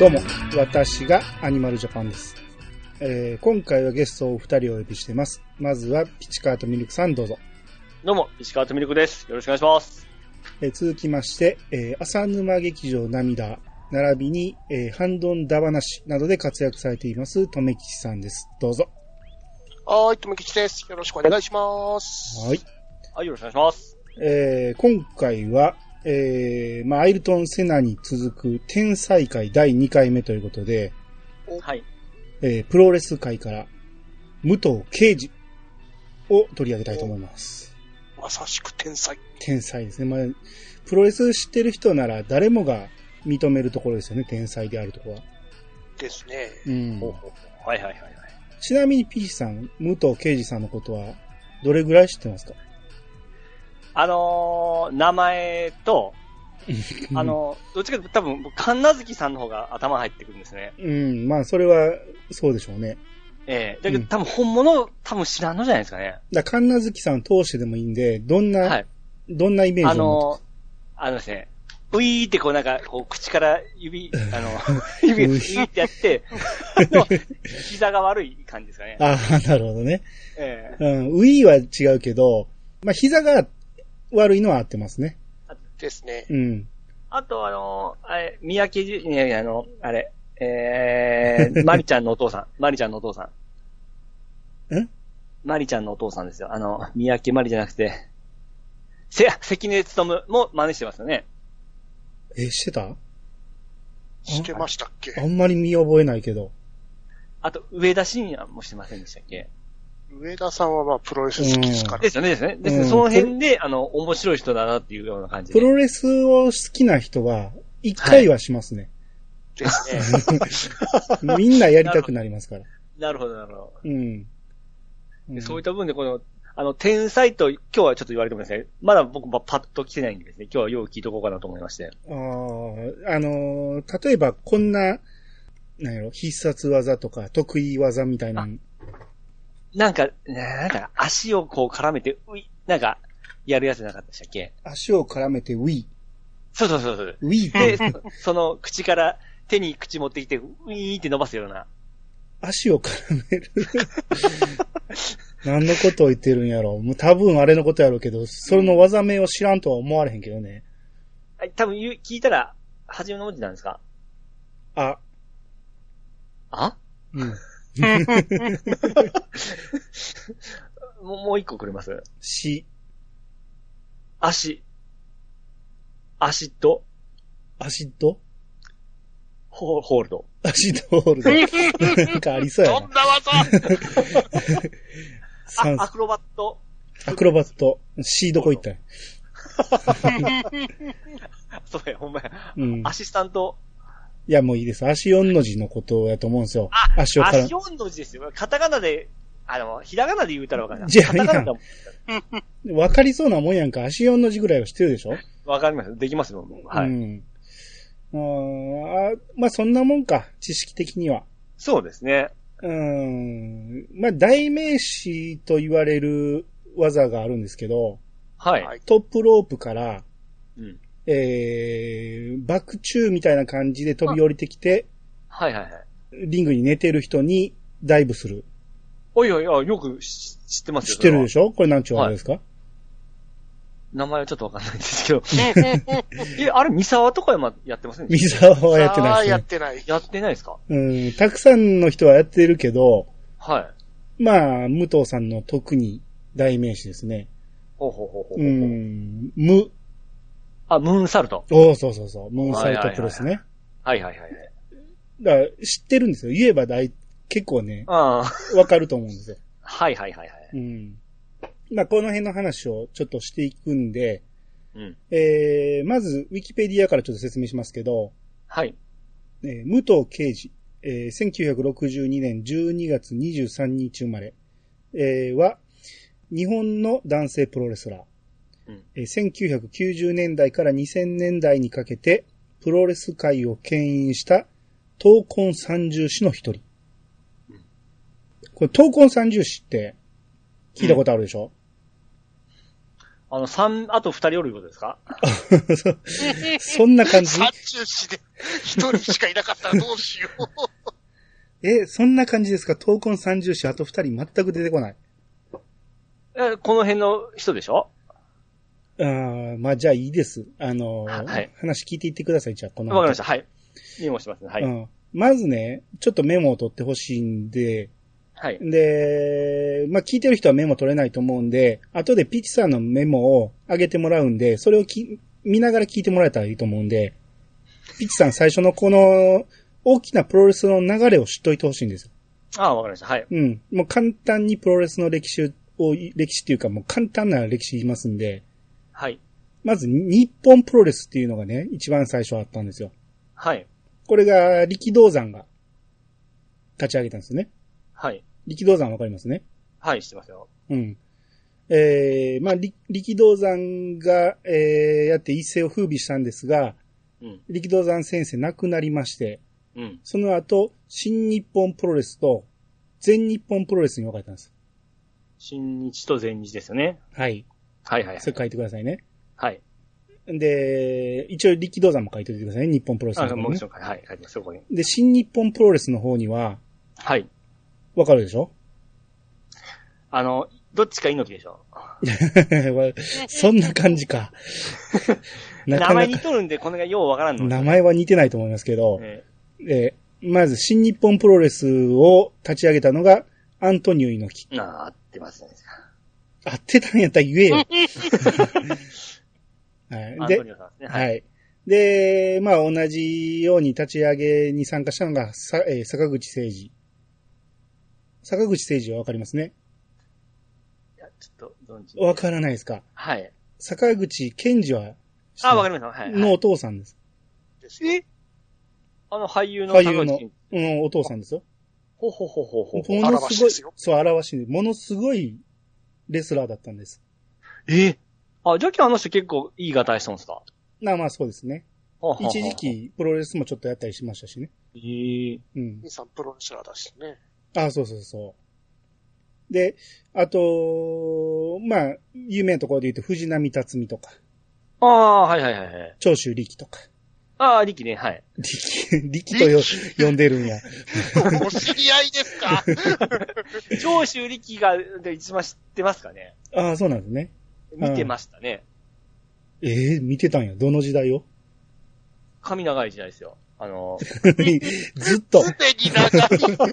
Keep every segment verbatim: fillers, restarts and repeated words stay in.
どうも、私がアニマルジャパンです。えー、今回はゲストをお二人をお呼びしています。まずはピチカートミルクさん、どうぞ。 どうも、ピチカートミルクです。よろしくお願いします。 えー、続きまして、えー、浅沼劇場涙、並びに、えー、ハンドンダ話などで活躍されています、とめきちさんです。どうぞ。 はーい、とめきちです。よろしくお願いします。 はい。 はい、よろしくお願いします。 えー、今回は、えー、まあ、アイルトン・セナに続く天才界だいにかいめということで、 はい。 えー、プロレス界から武藤敬司を取り上げたいと思います。 まさしく天才。天才ですね。まあ、プロレス知ってる人なら誰もが認めるところですよね。天才であるところは。 ですね。 うん。 ほうほうほう。はいはいはいはい。 ちなみに P さん、武藤敬司さんのことはどれぐらい知ってますか？ あのー、名前と、あのー、どっちかというと多分、神奈月さんの方が頭入ってくるんですね。 うん、まあそれはそうでしょうね。 ええー、だけど、うん、多分本物、多分知らんのじゃないですかね。 だ神奈月さん通してでもいいんで、どんな、はい、どんなイメージを持ってますか？ あのー、あのですね、ウィーってこうなんか、こう口から指、あの、指をウィーってやって、の膝が悪い感じですかね。 ああ、なるほどね。 ええー、うん、ウィーは違うけど、まあ膝が悪いのは合ってますね。 ですね。 うん。 あと、あの、あれ、三宅じ、いや、あの、あれ、えー、マリちゃんのお父さん。マリちゃんのお父さん。んマリちゃんのお父さんですよ。あの、三宅マリじゃなくて、せ、関根勤も真似してますよね。 え、してた？ してましたっけ？ あんまり見覚えないけど。 あと、上田晋也もしてませんでしたっけ？ 上田さんはまあプロレス好きですから。 ですよね、ですね。ですね、うん、その辺で、あの、面白い人だなっていうような感じで。プロレスを好きな人は、一回はしますね。 はい、ですね。みんなやりたくなりますから。 なるほど、なるほど。 うん。 うん、そういった分で、この、あの、天才と、今日はちょっと言われてもですね、まだ僕もパッと来てないんでですね、今日はよく聞いとこうかなと思いまして。 ああ、あのー、例えばこんな、なんやろ、必殺技とか得意技みたいな。 なんか、なんか、足をこう絡めて、ウィ、なんか、やるやつなかったでしたっけ？ 足を絡めてウィ。 そうそうそうそう。 ウィで、その口から手に口持ってきて、ウィーって伸ばすような。 足を絡める。何のことを言ってるんやろう。もう多分あれのことやろうけど、その技名を知らんとは思われへんけどね。 多分聞いたら、初めの文字なんですか？ あ。 あ？ うん。 もう、もう一個くれます？ し。 足。アシッド。 アシッドホーホールド。 アシッドホールド。なんかありそうやな。 どんな技あ、アクロバット。 アクロバット。C どこ行ったん？ そうや、ほんまや。 うん。 アシスタント。 いや、もういいです。足四の字のことやと思うんですよ。 あ、 足をから。 足四の字ですよ。カタカナで、あの、ひらがなで言うたらわかるな。 じゃあ、 カタカナだもん。わかりそうなもんやんか。足四の字ぐらいは知ってるでしょ？ わかります。できますよ。はい。 うん。あまあ、そんなもんか。知識的には。 そうですね。 うん。まあ、代名詞と言われる技があるんですけど。 はい。 トップロープから、 うん。 えー、バク宙みたいな感じで飛び降りてきて、 はいはいはい。 リングに寝てる人にダイブする。 おいおいおい、よく知ってますよ。 知ってるでしょ？これ何ちゅう技ですか？ はい、名前はちょっとわかんないんですけど。え、あれ、三沢とかやってませんでした？三沢はやってないですね。 やってない。 やってないですか？ うん、たくさんの人はやってるけど、 はい。 まあ、武藤さんの特に代名詞ですね。 ほうほうほうほう。 うん、ム。 あ、ムーンサルト。 おー、そうそうそう。ムーンサルトプロスね。 はいはいはいはい。 だから、知ってるんですよ。言えば大、結構ね、 わかると思うんですよ。 はいはいはいはい。 うん。まあ、この辺の話をちょっとしていくんで、 うん。 えー、まず、ウィキペディアからちょっと説明しますけど、 はい。 えー、武藤敬司、えー、せんきゅうひゃくろくじゅうにねんじゅうにがつにじゅうさんにち生まれ、えー、は、日本の男性プロレスラー。うんえー、せんきゅうひゃくきゅうじゅうねんだいからにせんねんだいにかけて、プロレス界を牽引した闘魂三重士の一人。うん、これ闘魂三重士って聞いたことあるでしょ？ あの、三、あと二人おるいうことですか？ そ, そんな感じ？ 三中士で一人しかいなかったらどうしよう。 え、そんな感じですか？闘魂三重士、あと二人全く出てこない。 え、この辺の人でしょ？ ああ、まあじゃあいいです。あのーはい、話聞いていってください、じゃあこの。 わかりました。はい。メモしますね。はい。 うん、まずね、ちょっとメモを取ってほしいんで、 はい。 で、まあ聞いてる人はメモ取れないと思うんで、後でピチさんのメモを上げてもらうんで、それをき見ながら聞いてもらえたらいいと思うんで、ピチさん最初のこの大きなプロレスの流れを知っといてほしいんですよ。 ああ、わかりました。はい。 うん。もう簡単にプロレスの歴史を、歴史っていうかもう簡単な歴史言いますんで、 はい。 まず日本プロレスっていうのがね、一番最初あったんですよ。 はい。 これが力道山が立ち上げたんですね。 はい。 力道山わかりますね。 はい、知ってますよ。 うん。えー、まあ、力道山が、えー、やって一世を風靡したんですが、うん、力道山先生亡くなりまして、うん、その後、新日本プロレスと全日本プロレスに分かれたんです。 新日と全日ですよね。 はい。 はいはいはい。 それ書いてくださいね。 はい。 で、一応力道山も書いておいてくださいね。日本プロレスの方に、ね。 あ、もちろん、はい、書いてます、そこに。 で、新日本プロレスの方には、 はい。 わかるでしょ？ あの、どっちか猪木でしょ？ そんな感じか。 なかなか名前似とるんで、これがようわからんの。 名前は似てないと思いますけど、えーえー、まず新日本プロレスを立ち上げたのがアントニオ猪木。 ああ、合ってますね。 合ってたんやったら言えよ。はい。で、 ね、はい、 はい。で、まあ同じように立ち上げに参加したのが、さえー、坂口誠二。坂口誠二はわかりますね。 いや、ちょっと、存じ。 わからないですか？ はい。 坂口健二は、 あ、わかりました。はい、はい。 のお父さんです。 え？あの俳優の俳優の、うん、お父さんですよ。 ほほほほほ。 ものすごい、そう、表し、ものすごいレスラーだったんです。 え？あ、じゃああの人結構いいが大したんですか？ な、まあそうですね。ははは一時期、プロレスもちょっとやったりしましたしね。 えー、 うん。 兄さんプロレスラーだしね。 あ、そうそうそう。で、あと、まあ、有名なところで言うと、藤波辰巳とか。 ああ、はいはいはいはい。 長州力とか。 ああ、力ね、はい。 力、力とよ呼んでるんや。 お知り合いですか？ 長州力が一番知ってますかね？ ああ、そうなんですね。 見てましたね。 ええー、見てたんや。どの時代を？ 髪長い時代ですよ。あのー、ずっと。 すでに長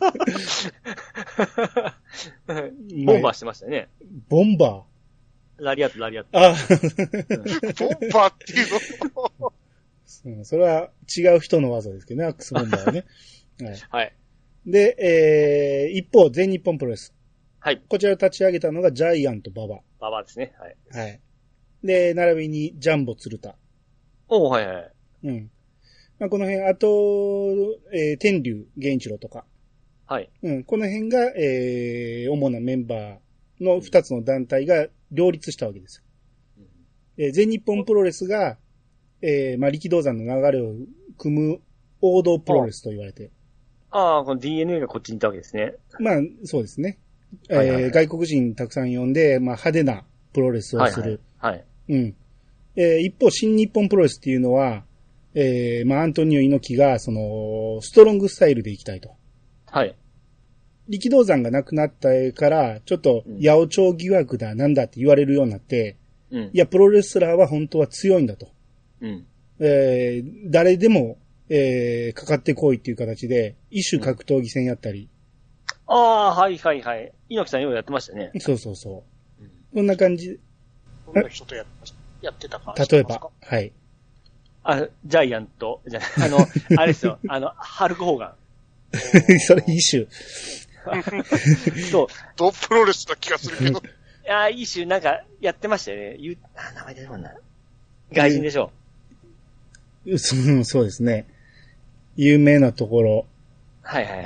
い。ボンバーしてましたね。 ボンバーラリアット、ラリアット。 あボンバーっていうのうん、それは違う人の技ですけどね、アックスボンバーはね。 はい。はい。 で、えー、一方、全日本プロレス。 はい。 こちらを立ち上げたのがジャイアント馬場。 馬場ですね。はい。 はい。で、並びにジャンボ鶴田。 おー、はいはい。 うん。まあ、この辺、あと、えー、天竜源一郎とか。 はい。 うん。この辺が、えー、主なメンバーの二つの団体が両立したわけですよ。うん、えー、全日本プロレスが、えー、まあ、力道山の流れを組む王道プロレスと言われて。 ああ、この ディーエヌエー がこっちにいたわけですね。 まあ、そうですね。えーはいはいはい、外国人たくさん呼んで、まあ、派手なプロレスをする。 はい、はい。はい。 うん。えー、一方、新日本プロレスっていうのは、えー、まあ、アントニオ猪木が、その、ストロングスタイルでいきたいと。 はい。 力道山が亡くなったから、ちょっと、八百長疑惑だ、なんだって言われるようになって、うん、いや、プロレスラーは本当は強いんだと。うん。えー、誰でも、えー、かかってこいっていう形で、異種格闘技戦やったり。 うん、ああ、はいはいはい。猪木さんようやってましたね。 そうそうそう。うん、こんな感じ。 どんな人とややってたか。 例えば、はい。 あ、ジャイアント、じゃあの、あれですよ、あの、ハルク・ホーガン。それ異種。 そう。 ドプロレスな気がするけど。いや、異種なんかやってましたよね。言う、あ、名前出てこんな。外人でしょ。 そう、そうですね。有名なところ。 はいはいはい。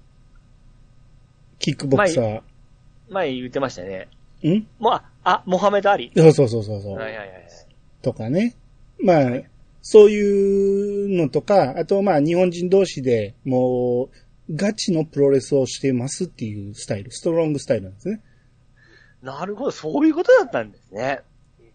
キックボクサー。 前、前言ってましたよね。 んもう、あ、モハメド・アリ。 そうそうそうそう。 はいはいはい。 とかね。まあ、はい、そういうのとか、あとまあ日本人同士でもうガチのプロレスをしてますっていうスタイル、ストロングスタイルなんですね。 なるほど、そういうことだったんですね。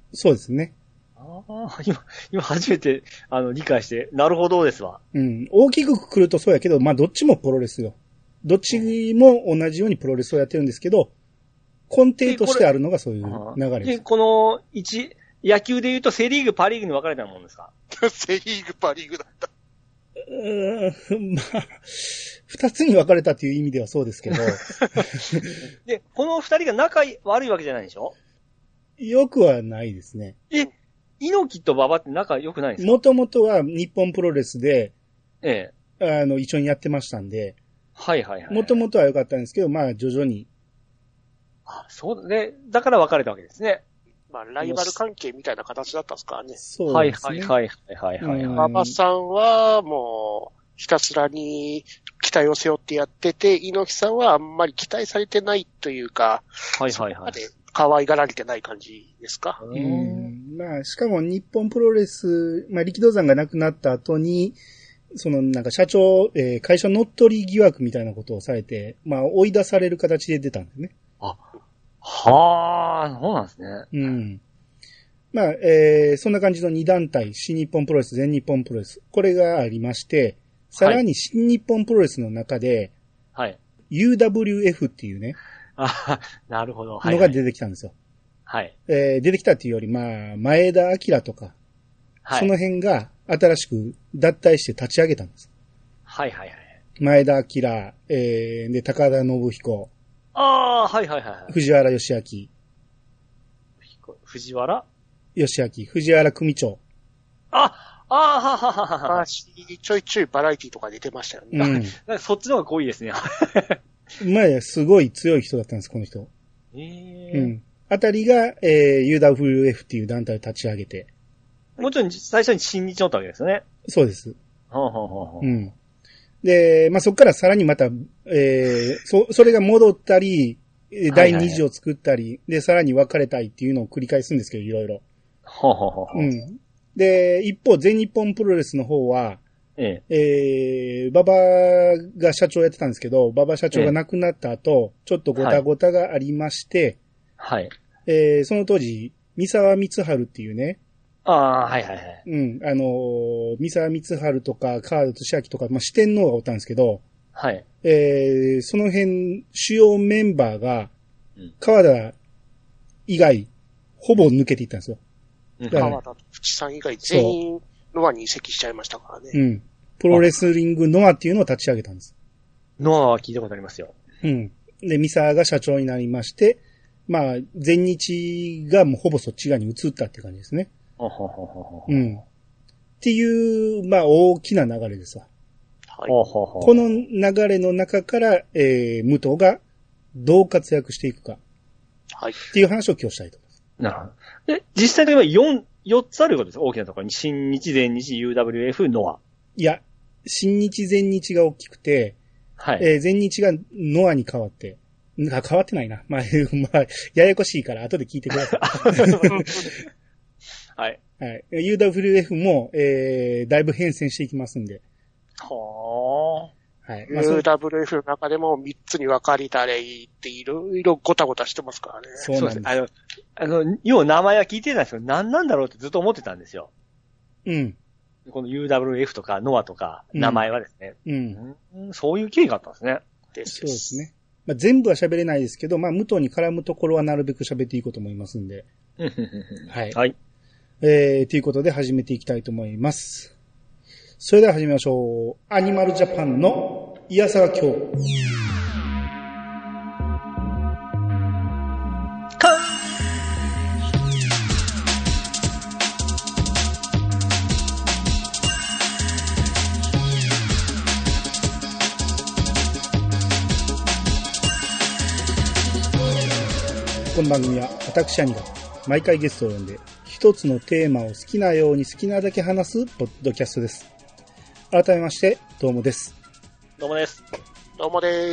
そうですね。 ああ、今、今初めて、あの、理解して、なるほどですわ。 うん。大きくくくるとそうやけど、まあ、どっちもプロレスよ。どっちも同じようにプロレスをやってるんですけど、根底としてあるのがそういう流れです。 で、この、一、野球で言うとセリーグ、パリーグに分かれたもんですか？ セリーグ、パリーグだった。 うーん、まあ、二つに分かれたという意味ではそうですけど。 で、この二人が仲悪いわけじゃないでしょ？ よくはないですね。 え、猪木と馬場って仲良くないんですか？ もともとは日本プロレスで、 ええ。 あの、一緒にやってましたんで。 はいはいはい。 もともとは良かったんですけど、まあ、徐々に。 あ、そうね。だから別れたわけですね。 まあ、ライバル関係みたいな形だったんですからね。 そうですね。 はいはいはいはいはい、はい。 馬場さんはもう、ひたすらに期待を背負ってやってて、猪木さんはあんまり期待されてないというか、 はいはいはい。 可愛がられてない感じですか？ うん。まあ、しかも日本プロレス、まあ、力道山が亡くなった後に、そのなんか社長、えー、会社乗っ取り疑惑みたいなことをされて、まあ、追い出される形で出たんですね。 あ、はあ、そうなんですね。 うん。まあ、えー、そんな感じのに団体、新日本プロレス、全日本プロレス、これがありまして、さらに新日本プロレスの中で、 はい。 ユーダブリューエフ っていうね、 あ、なるほど。 のが出てきたんですよ。 はい。 えー、出てきたっていうより、まあ、前田明とか、はい、その辺が新しく脱退して立ち上げたんです。 はいはいはい。 前田明、えー、で、高田信彦。 ああ、はいはいはい。 藤原義明。 藤原義明。藤原組長。 あ、ああ、ははははは。 ちょいちょいバラエティとか出てましたよね。 うん。 なんかそっちの方が濃いですね。 前、すごい強い人だったんです、この人。 ええー、うん。あたりが、えー、ユーダブリューエフ っていう団体を立ち上げて。 もちろん最初に新日乗ったわけですよね。 そうです。 はあはあはあ、 うん。で、まあ、そこからさらにまた、えー、そ、それが戻ったり、第二次を作ったり、はいはいはい、で、さらに別れたいっていうのを繰り返すんですけど、いろいろ。 はあはあはあ、 うん。で、一方、全日本プロレスの方は、えええー、馬場が社長やってたんですけど、馬場社長が亡くなった後、ええ、ちょっとごたごたがありまして、はい。えー、その当時、三沢光晴っていうね、 ああ、はいはいはい。 うん、あのー、三沢光晴とか、川田俊明とか、まあ、四天王がおったんですけど、はい。えー、その辺、主要メンバーが、川田以外、ほぼ抜けていったんですよ。 うん、川田と淵さん以外全員ノアに移籍しちゃいましたからね。 うん。プロレスリングノアっていうのを立ち上げたんです。 ノアは聞いたことありますよ。 うん。で、三沢が社長になりまして、まあ、全日がもうほぼそっち側に移ったって感じですね。うん。っていう、まあ、大きな流れですわ。はい。この流れの中から、えー、武藤がどう活躍していくか。はい。っていう話を今日したいと思います。 なるほど。で、実際ではよん、よっつあることです。大きなところに。新日、全日、ユーダブリューエフ、ノア。 いや、新日、全日が大きくて、はい。えー、全日がノアに変わって、あ、変わってないな。まあ、まあ、ややこしいから後で聞いてください。はい。はい。ユーダブリューエフ も、えー、だいぶ変遷していきますんで。 はあ。はい。まあ、ユーダブリューエフ の中でもみっつに分かれたりっていろいろごたごたしてますからね。 そうなんです。あの、あの、要は名前は聞いてたんですけど、何なんだろうってずっと思ってたんですよ。うん。この ユーダブリューエフ とか ノア とか、名前はですね。うん。うん、そういう経緯があったんですね。 そうですね。まあ、全部は喋れないですけど、まあ、武藤に絡むところはなるべく喋っていこうと思いますんで。はい。はい。えー、ということで始めていきたいと思います。それでは始めましょう。アニマルジャパンのイヤサワ今日。この番組は私兄が毎回ゲストを呼んで一つのテーマを好きなように好きなだけ話すポッドキャストです。改めましてどうもです。 どうもです。 どうもです。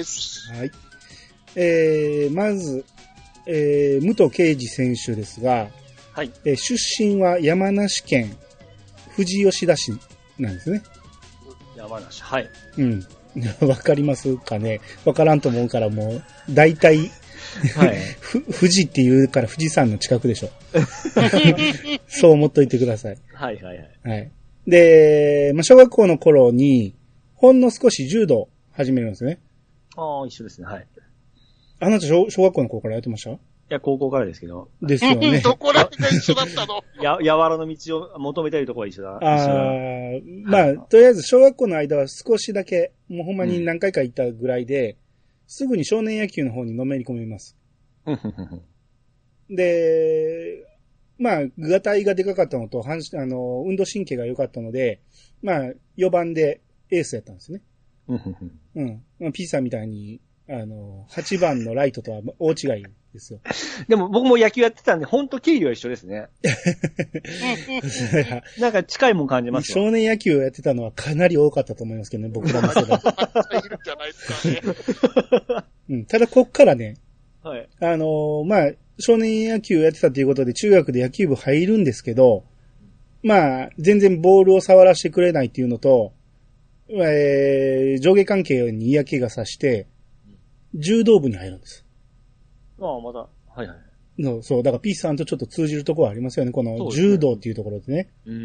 はい。えー、まず、えー、武藤敬司選手ですが、はい。えー、出身は山梨県富士吉田市なんですね。 山梨、はい。 うん。 わかりますかね。わからんと思うからもう、大体、はい、ふ、富士って言うから富士山の近くでしょ。そう思っといてください。 はいはいはい。 はい。で、まあ、小学校の頃に、ほんの少し柔道始めるんですね。 ああ、一緒ですね。はい。 あなた小、小学校の頃からやってました？いや、高校からですけど。 ですよね。 どこら辺が一緒だったの？ や、やわらの道を求めたいところは一緒だ。 ああ、まあ、とりあえず小学校の間は少しだけ、もうほんまに何回か行ったぐらいで、うん、すぐに少年野球の方にのめり込みます。で、まあ、がたいがでかかったのと、あの、運動神経が良かったので、まあ、よばんでエースやったんですね。うん。まあ、P さんみたいに、あの、はちばんのライトとは大違いですよ。 でも僕も野球やってたんで、本当経理は一緒ですね。なんか近いもん感じますよ。 少年野球をやってたのはかなり多かったと思いますけどね、僕らの世代。 いるんじゃないですかね。 うん。ただこっからね、 はい。 あのー、まあ、少年野球をやってたということで中学で野球部入るんですけど、まあ、全然ボールを触らせてくれないっていうのと、えー、上下関係に嫌気がさして、柔道部に入るんです。 ああ、まだ。はいはい。 のそう、だから P さんとちょっと通じるところありますよね。この柔道っていうところでね。 うん。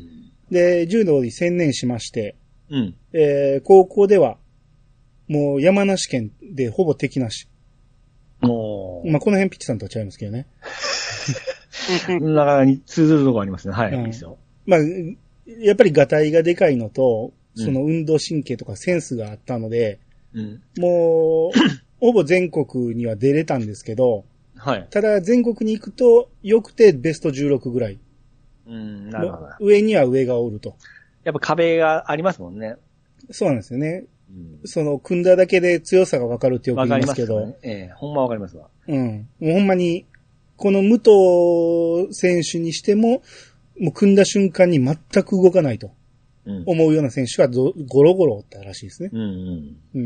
で、柔道に専念しまして、 うん。 えー、高校では、もう山梨県でほぼ敵なし。 おまあ、この辺ピッチさんとは違いますけどね。 なかなかに通ずるところありますね。はい。うん、いいですよ。 まあ、やっぱりガタイがでかいのと、その運動神経とかセンスがあったので、うん、もう、ほぼ全国には出れたんですけど、 はい。 ただ全国に行くと、よくてベストじゅうろくぐらい。 うん、なるほど。 上には上がおると。 やっぱ壁がありますもんね。 そうなんですよね。うん、その、組んだだけで強さがわかるってよく言いますけど。わかりますね。ええ、ほんまわかりますわ。 うん。もうほんまに、この武藤選手にしても、もう組んだ瞬間に全く動かないと。思うような選手がゴロゴロおったらしいですね。 うんうんうん、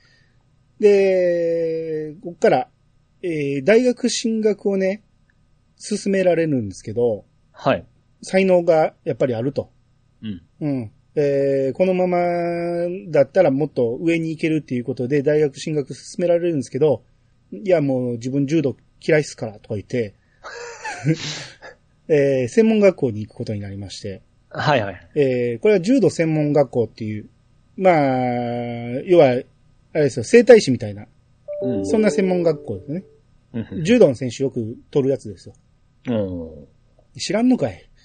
で、ここから、えー、大学進学をね、進められるんですけど、 はい。 才能がやっぱりあると。 うん。 うん。えー、このままだったらもっと上に行けるっていうことで大学進学進められるんですけど、いやもう自分柔道嫌いっすからとか言って、えー、専門学校に行くことになりまして。 はいはい。 えー、これは柔道専門学校っていう、まあ、要は、あれですよ、整体師みたいな、うん、そんな専門学校ですね。うん、柔道の選手よく取るやつですよ。うん、知らんのかい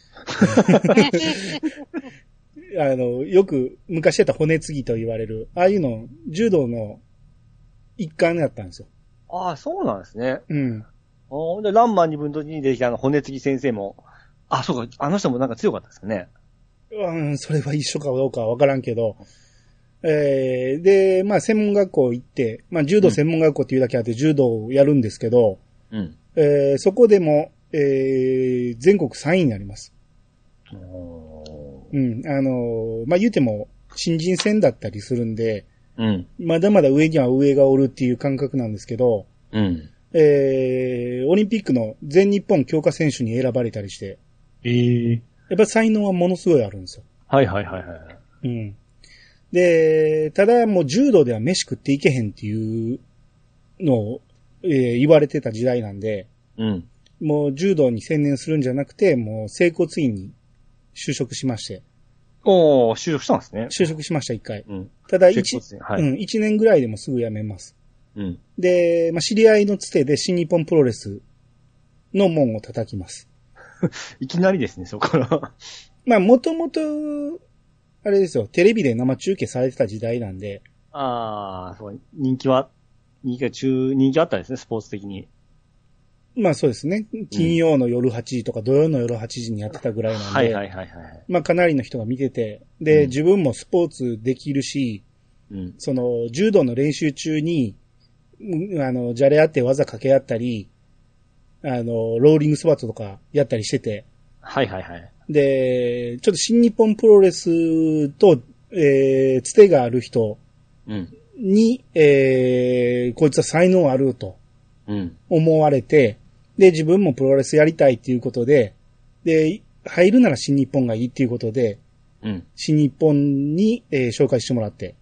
あの、よく昔やった骨継ぎと言われる、ああいうの、柔道の一環だったんですよ。 ああ、そうなんですね。 うん。 あで、ランマンに分のに出てきたあの骨継ぎ先生も、あ、そうか、あの人もなんか強かったですよね。 うん、それは一緒かどうかはわからんけど、えー、で、まあ専門学校行って、まあ柔道専門学校っていうだけあって柔道をやるんですけど、うん、えー、そこでも、えー、全国さんいになります。うん、あのー、まあ言うても新人戦だったりするんで、うん、まだまだ上には上がおるっていう感覚なんですけど、うん、えー、オリンピックの全日本強化選手に選ばれたりして、 えー、 やっぱ才能はものすごいあるんですよ。 はいはいはいはい。 うん。で、ただもう柔道では飯食っていけへんっていうのを、えー、言われてた時代なんで、うん。もう柔道に専念するんじゃなくて、もう整骨院に就職しまして。 おー、就職したんですね。 就職しました、一回。うん。ただ一、はい、うん、一年ぐらいでもすぐ辞めます。うん。で、まあ、知り合いのつてで新日本プロレスの門を叩きます。 いきなりですね、そこから。 まあ、もともと、あれですよ、テレビで生中継されてた時代なんで。 ああ、そう、人気は、人気は中、人気あったんですね、スポーツ的に。 まあそうですね。金曜の夜はちじとか土曜の夜はちじにやってたぐらいなんで。 はいはいはいはい。 まあかなりの人が見てて、で、うん、自分もスポーツできるし、うん、その、柔道の練習中に、あの、じゃれ合って技掛け合ったり、あの、ローリングスパットとかやったりしてて。 はいはいはい。 で、ちょっと新日本プロレスと、えー、つてがある人に、うん、えー、こいつは才能あると思われて、うん、で、自分もプロレスやりたいっていうことで、で、入るなら新日本がいいっていうことで、うん、新日本に、えー、紹介してもらって。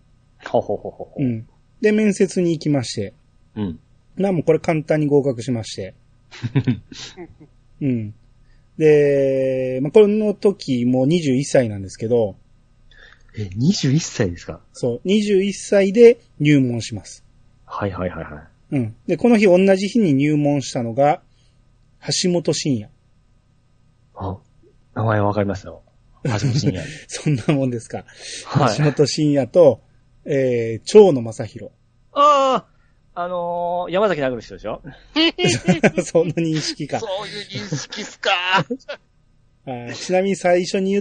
ほほほほほ。 うん。で、面接に行きまして。うん。まあもうこれ簡単に合格しまして。うん。で、まあ、この時もうにじゅういっさいなんですけど。 え、にじゅういっさいですか？ そう。にじゅういっさいで入門します。 はいはいはいはい。 うん。で、この日同じ日に入門したのが、橋本真也。 あ、名前わかりますよ。橋本真也。 そんなもんですか。はい、橋本真也と、えー、長野正弘。 ああ、あのー、山崎殴る人でしょそんな認識か。 そういう認識っすかあ。ちなみに最初に言った、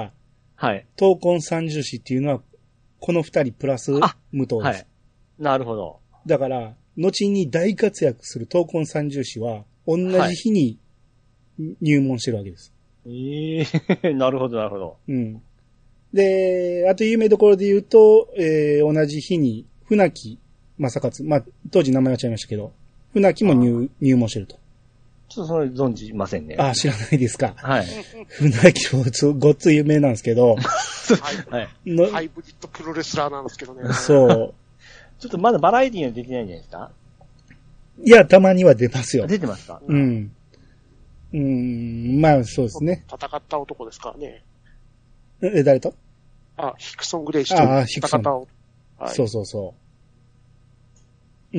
はい。闘魂三重士っていうのは、この二人プラス武藤です。はい。 なるほど。 だから、後に大活躍する闘魂三重士は、同じ日に入門してるわけです。 はい、ええー、なるほど、なるほど。 うん。で、あと有名どころで言うと、えー、同じ日に、船木正勝、まあ、当時名前は違いましたけど、船木も入、入門してると。 ちょっとそれ存じませんね。 ああ、知らないですか。 はい。 船木もごっつ有名なんですけど、 はい。のハイブリッドプロレスラーなんですけどね。 そう。 ちょっとまだバラエティーにはできないんじゃないですか？ いや、たまには出ますよ。 出てますか？ うん。うん、まあ、そうですね。 戦った男ですからね。 え、誰と？ あ、ヒクソン・グレイシーと戦った男。 はい、そうそうそう。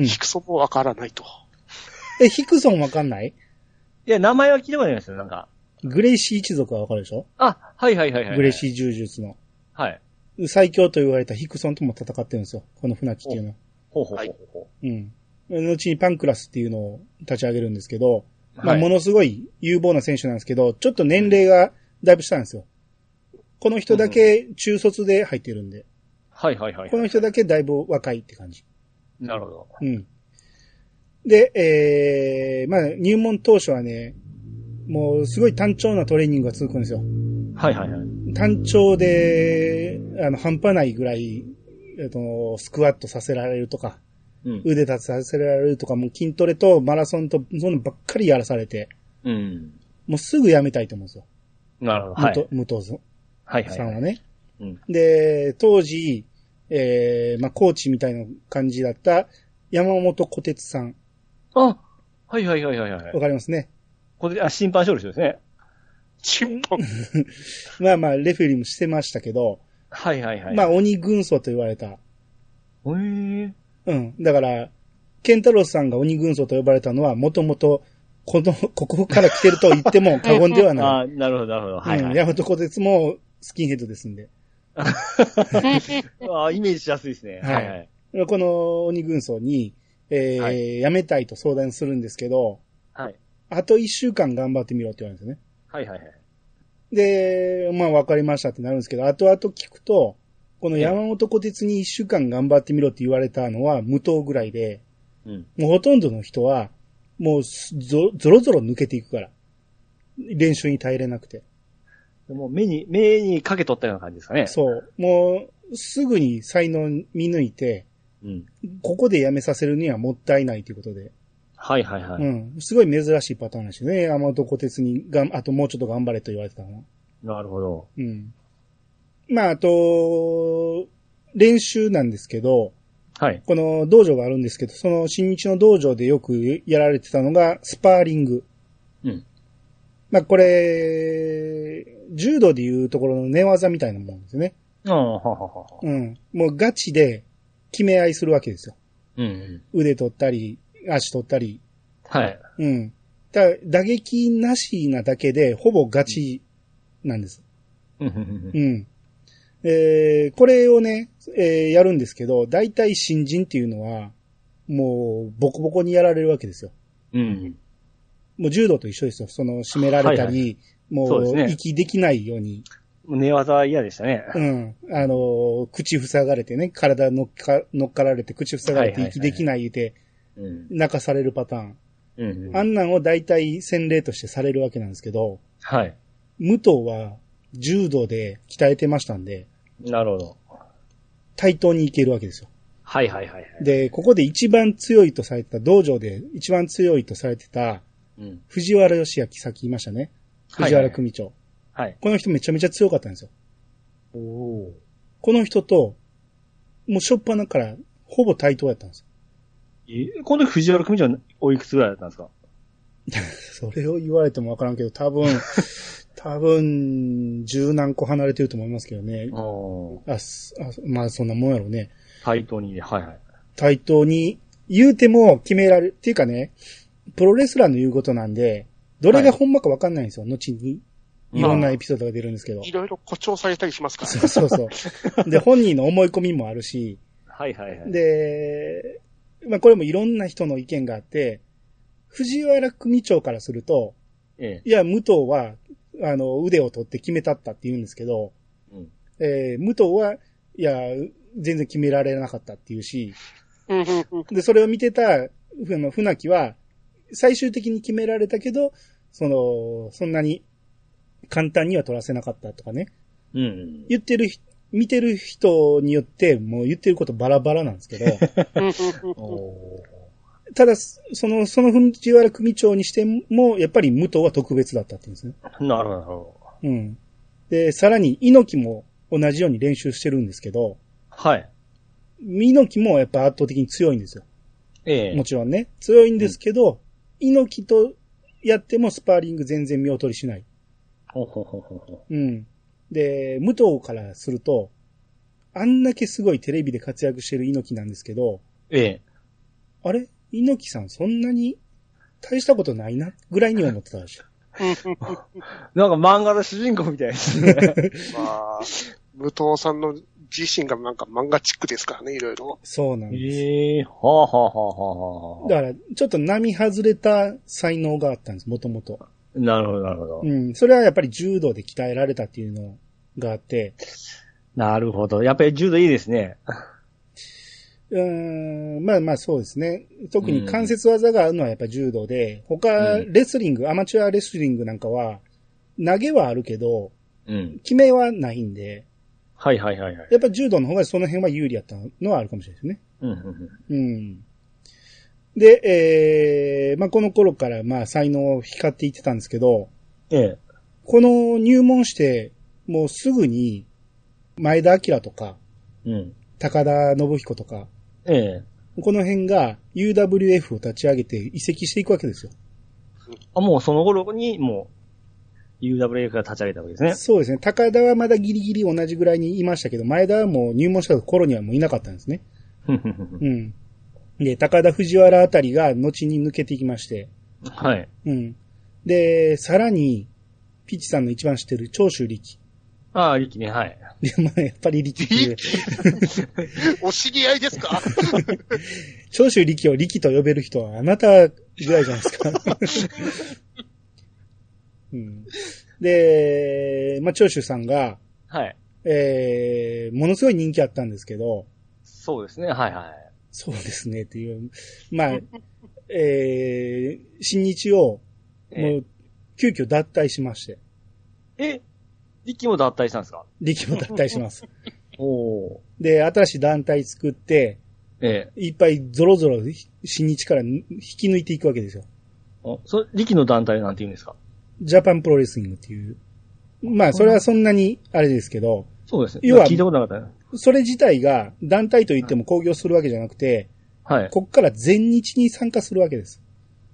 うん。ヒクソンもわからないと。 え、ヒクソンわかんない？ いや、名前は聞いたことないですよ、なんか。 グレイシー一族はわかるでしょ？ あ、はいはいはいはい。 グレイシー柔術の。 はい。 最強と言われたヒクソンとも戦ってるんですよ。この船木っていうのは。 ほうほうほうほう。うん。後にパンクラスっていうのを立ち上げるんですけど、まあ、ものすごい有望な選手なんですけど、ちょっと年齢がだいぶ下なんですよ。この人だけ中卒で入ってるんで。 はいはいはい。 この人だけだいぶ若いって感じ。 なるほど。 うん。で、えー、まあ、入門当初はね、もうすごい単調なトレーニングが続くんですよ。 はいはいはい。 単調で、あの、半端ないぐらい、えっと、スクワットさせられるとか、うん、腕立てさせられるとか、もう筋トレとマラソンと、そのばっかりやらされて、うん。もうすぐやめたいと思うんですよ。 なるほど。 はい。武藤さん。はいはい、はい。さんはね。うん。で、当時、えー、まあ、コーチみたいな感じだった山本小鉄さん。 あ、はいはいはいはいはい。 わかりますね。 これ、あ、審判処理ですね。 審判まあまあ、レフェリーもしてましたけど。 はいはいはい。 まあ、鬼軍曹と言われた。へえー。 うん。だから、ケンタロウさんが鬼軍曹と呼ばれたのは、もともと、この、ここから来てると言っても過言ではない。 ああ、なるほどなるほど。はい、はい。うん。 山本小鉄もスキンヘッドですんで。 ああ、イメージしやすいですね。はい、はい、 はい。この鬼軍曹に、えー、はい、辞めたいと相談するんですけど、はい。あと一週間頑張ってみろって言われるんですよね。 はいはいはい。 で、まあ分かりましたってなるんですけど、後々聞くと、この山本小鉄に一週間頑張ってみろって言われたのは無糖ぐらいで、うん、もうほとんどの人は、もうぞ、ぞろぞろ抜けていくから。練習に耐えれなくて。 もう目に、目にかけ取ったような感じですかね。 そう。もう、すぐに才能見抜いて、うん、ここでやめさせるにはもったいないということで。 はいはいはい。 うん。すごい珍しいパターンですよね。山本小鉄にがん、あともうちょっと頑張れと言われてたのは。 なるほど。 うん。まあ、あと、練習なんですけど、はい。この道場があるんですけど、その新日の道場でよくやられてたのがスパーリング。うん。まあこれ、柔道でいうところの寝技みたいなもんですよね。ああ、ははは。うん。もうガチで決め合いするわけですよ。うん、うん。腕取ったり、足取ったり。はい。うん。だ打撃なしなだけで、ほぼガチなんです。うん。うん。えー、これをね、えー、やるんですけど、大体新人っていうのは、もう、ボコボコにやられるわけですよ。うん。もう柔道と一緒ですよ。その、締められたり、はいはい、もう、ね、息できないように。 寝技は嫌でしたね。 うん。あの、口塞がれてね、体乗っか、乗っかられて、口塞がれて息できない言うて、泣かされるパターン。うん、あんなんを大体洗礼としてされるわけなんですけど、はい。武藤は、柔道で鍛えてましたんで。 なるほど。 対等にいけるわけですよ。 はいはいはい、はい。 で、ここで一番強いとされてた、道場で一番強いとされてた、うん、藤原義明、さっき言いましたね。藤原組長。はい、はいはい。この人めちゃめちゃ強かったんですよ。おこの人と、 もうしょっぱなから、ほぼ対等やったんですよ。え、この時藤原組長はおいくつぐらいだったんですか？ それを言われてもわからんけど、多分、多分、十何個離れてると思いますけどね。ああ、まあそんなもんやろうね。 対等にね、はいはい。 対等に、言うても決められる。っていうかね、プロレスラーの言うことなんで、どれがほんまかわかんないんですよ。はい、後に。いろんなエピソードが出るんですけど。まあ、 いろいろ誇張されたりしますからね。 そうそうそう。で、本人の思い込みもあるし。 はいはいはい。 で、まあこれもいろんな人の意見があって、藤原組長からすると、ええ、いや、武藤は、あの、腕を取って決めたったって言うんですけど、うん、えー、武藤は、いや、全然決められなかったって言うし、で、それを見てた、船木は、最終的に決められたけど、その、そんなに簡単には取らせなかったとかね。うん、言ってる、見てる人によって、もう言ってることバラバラなんですけど、ただ、その、その藤原組長にしても、やっぱり武藤は特別だったって言うんですね。 なるほど。 うん。で、さらに、猪木も同じように練習してるんですけど、 はい。 猪木もやっぱ圧倒的に強いんですよ。ええ。もちろんね。強いんですけど、うん、猪木とやってもスパーリング全然見劣りしない。ほほほほほ。うん。で、武藤からすると、あんだけすごいテレビで活躍してる猪木なんですけど、ええ。あれ猪木さんそんなに大したことないなぐらいに思ってたらしい。 なんか漫画の主人公みたいですね。 まあ、武藤さんの自身がなんか漫画チックですからね、いろいろ。 そうなんです。 ええー、はあ、はあはあはあ、 だから、ちょっと並外れた才能があったんです、もともと。 なるほど、なるほど。 うん。それはやっぱり柔道で鍛えられたっていうのがあって。 なるほど。やっぱり柔道いいですね。 うーん、まあまあそうですね。特に関節技があるのはやっぱ柔道で、他、レスリング、うん、アマチュアレスリングなんかは、投げはあるけど、うん、決めはないんで、 はいはいはいはい。 やっぱ柔道の方がその辺は有利やったのはあるかもしれないですね。うんうんうん、うん。で、えー、まあこの頃からまあ才能を光っていってたんですけど、ええ、この入門して、もうすぐに、前田明とか、うん、高田信彦とか、ええ。この辺が ユーダブリューエフ を立ち上げて移籍していくわけですよ。 あ、もうその頃にもう ユーダブリューエフ が立ち上げたわけですね。 そうですね。高田はまだギリギリ同じぐらいにいましたけど、前田はもう入門した頃にはもういなかったんですね。うん。で、高田藤原あたりが後に抜けていきまして。はい。うん。で、さらに、ピッチさんの一番知ってる長州力。 ああ、力ね、はい。 で、まあ、やっぱり力っていう。 お知り合いですか？ 長州力を力と呼べる人はあなたぐらいじゃないですか。うん、で、まあ、長州さんが、はい。えー、ものすごい人気あったんですけど。 そうですね、はいはい。 そうですね、っていう。まあ、えー、新日を、もう、急遽脱退しまして。 え力も脱退したんですか？ 力も脱退します。おで、新しい団体作って、ええ、いっぱいゾロゾロ新日から引き抜いていくわけですよ。 あ、それ、力の団体なんて言うんですか？ ジャパンプロレスリングっていう。まあ、それはそんなにあれですけど。 そうですね。要は、聞いたことなかったね。 それ自体が団体といっても興行するわけじゃなくて、はい。こっから全日に参加するわけです。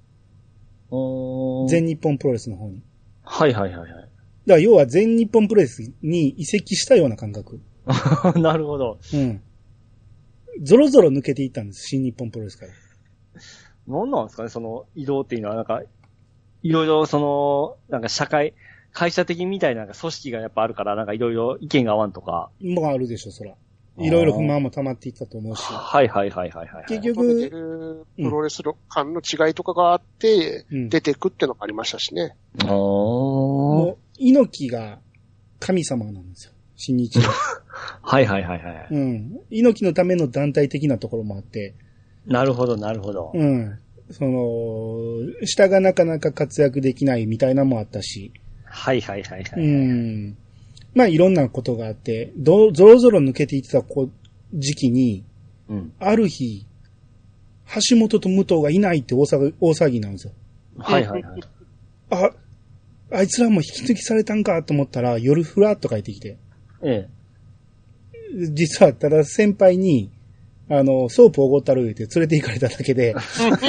全日本プロレスの方に。 はいはいはいはい。 だから要は全日本プロレスに移籍したような感覚。 なるほど。うん。 ゾロゾロ抜けていったんです、新日本プロレスから。 何なんですかね、その移動っていうのは、なんか、いろいろその、なんか社会、会社的みたいななんか組織がやっぱあるから、なんかいろいろ意見が合わんとか。 もうあるでしょ、そら。いろいろ不満も溜まっていったと思うし。 はいはいはいはい、はい。 結局、プロレス間の違いとかがあって、うん、出てくってのがありましたしね。ああ。 もう、猪木が神様なんですよ。新日は。 はいはいはいはい。 うん。猪木のための団体的なところもあって。 なるほどなるほど。 うん。その、下がなかなか活躍できないみたいなのもあったし。 はいはいはいはい。 うん。まあいろんなことがあって、ど、ぞろぞろ抜けていってた時期に、うん、ある日、橋本と武藤がいないって大騒ぎ、大騒ぎなんですよ。 はいはいはい。 あ、あいつらも引き抜きされたんかと思ったら、夜フラッと帰ってきて。ええ。 実はただ先輩に、あの、ソープおごったる言って連れて行かれただけで、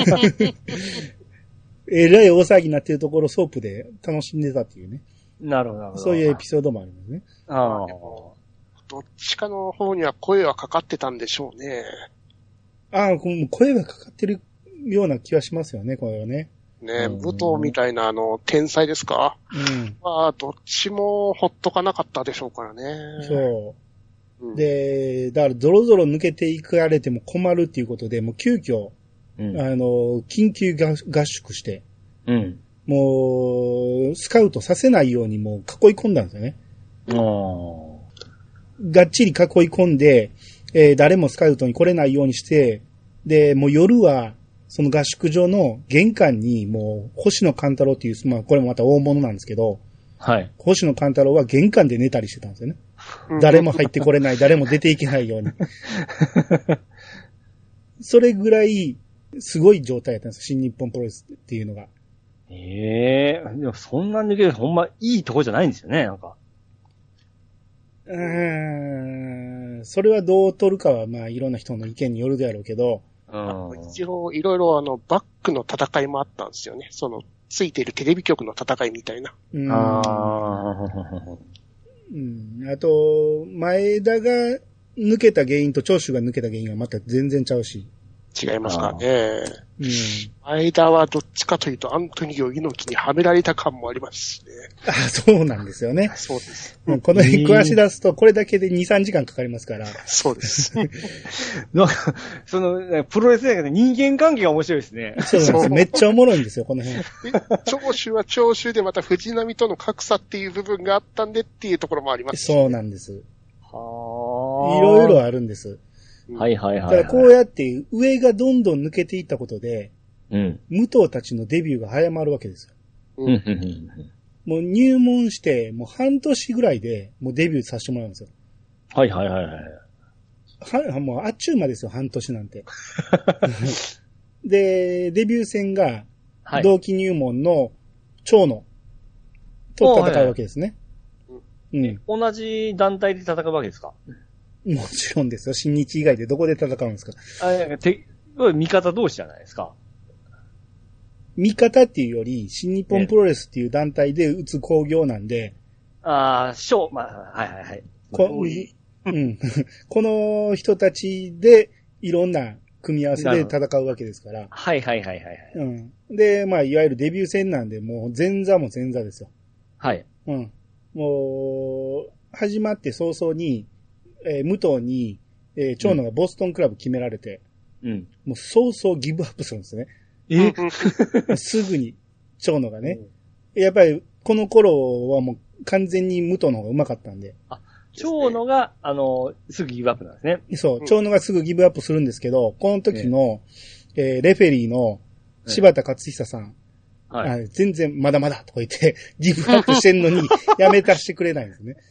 えらい大騒ぎになってるところソープで楽しんでたっていうね。 なるほど、なるほど。 そういうエピソードもありますね。 ああ。どっちかの方には声はかかってたんでしょうね。 ああ、声はかかってるような気はしますよね、これはね。 ね、武藤みたいなあの、天才ですか？うん。まあ、どっちもほっとかなかったでしょうからね。 そう。うん、で、だからゾロゾロ抜けていかれても困るっていうことで、もう急遽、うん、あの、緊急合宿して、うん、もう、スカウトさせないようにもう囲い込んだんですよね。がっちり囲い込んで、えー、誰もスカウトに来れないようにして、で、もう夜は、その合宿場の玄関にもう、星野勘太郎っていう、まあこれもまた大物なんですけど、はい。星野勘太郎は玄関で寝たりしてたんですよね。誰も入ってこれない、誰も出ていけないように。それぐらい、すごい状態だったんです、新日本プロレスっていうのが。 ええー、でもそんな抜けるほんまいいとこじゃないんですよね、なんか。 うーん、それはどう取るかは、まあいろんな人の意見によるであろうけど、 うん、一応いろいろあの、バックの戦いもあったんですよね。その、ついているテレビ局の戦いみたいな。うん。あうん。あと、前田が抜けた原因と長州が抜けた原因はまた全然ちゃうし。 違いますからね。うん。前田はどっちかというとアントニオ猪木にはめられた感もありますしね。 あ、そうなんですよね。 そうです。 この辺詳し出すとこれだけでに、さんじかんかかりますから。 そうです。 なんか、その、プロレスだけど人間関係が面白いですね。 そうなんです。めっちゃおもろいんですよ、この辺。 長州は長州でまた藤波との格差っていう部分があったんでっていうところもありますし、 ね。そうなんです。はあ。いろいろあるんです。 はいはいはい、はい。 だからこうやって上がどんどん抜けていったことで、うん、武藤たちのデビューが早まるわけですよ。うん、もう入門してもう半年ぐらいでもうデビューさせてもらうんですよ。 はいはいはいはい。 は、もうあっちゅう間ですよ、半年なんて。で、デビュー戦が同期入門の長野と戦うわけですね。 はいはい、うん、同じ団体で戦うわけですか？ もちろんですよ。新日以外でどこで戦うんですか？ あ、いや、て、味方同士じゃないですか。 味方っていうより、新日本プロレスっていう団体で打つ興行なんで。 ああ、ショー、まあ、はいはいはい。 こ、うん。この人たちでいろんな組み合わせで戦うわけですから。 はいはいはいはい。 うん。で、まあ、いわゆるデビュー戦なんで、もう前座も前座ですよ。 はい。 うん。もう、始まって早々に、えー、武藤に、えー、長野がボストンクラブ決められて、うん。もう早々ギブアップするんですね。えすぐに、長野がね。うん、やっぱり、この頃はもう完全に武藤の方が上手かったんで。 あ、長野が、あの、すぐギブアップなんですね。 そう、長野がすぐギブアップするんですけど、この時の、えー、レフェリーの柴田勝久さん、はい、全然まだまだとか言って、ギブアップしてんのにやめたしてくれないんですね。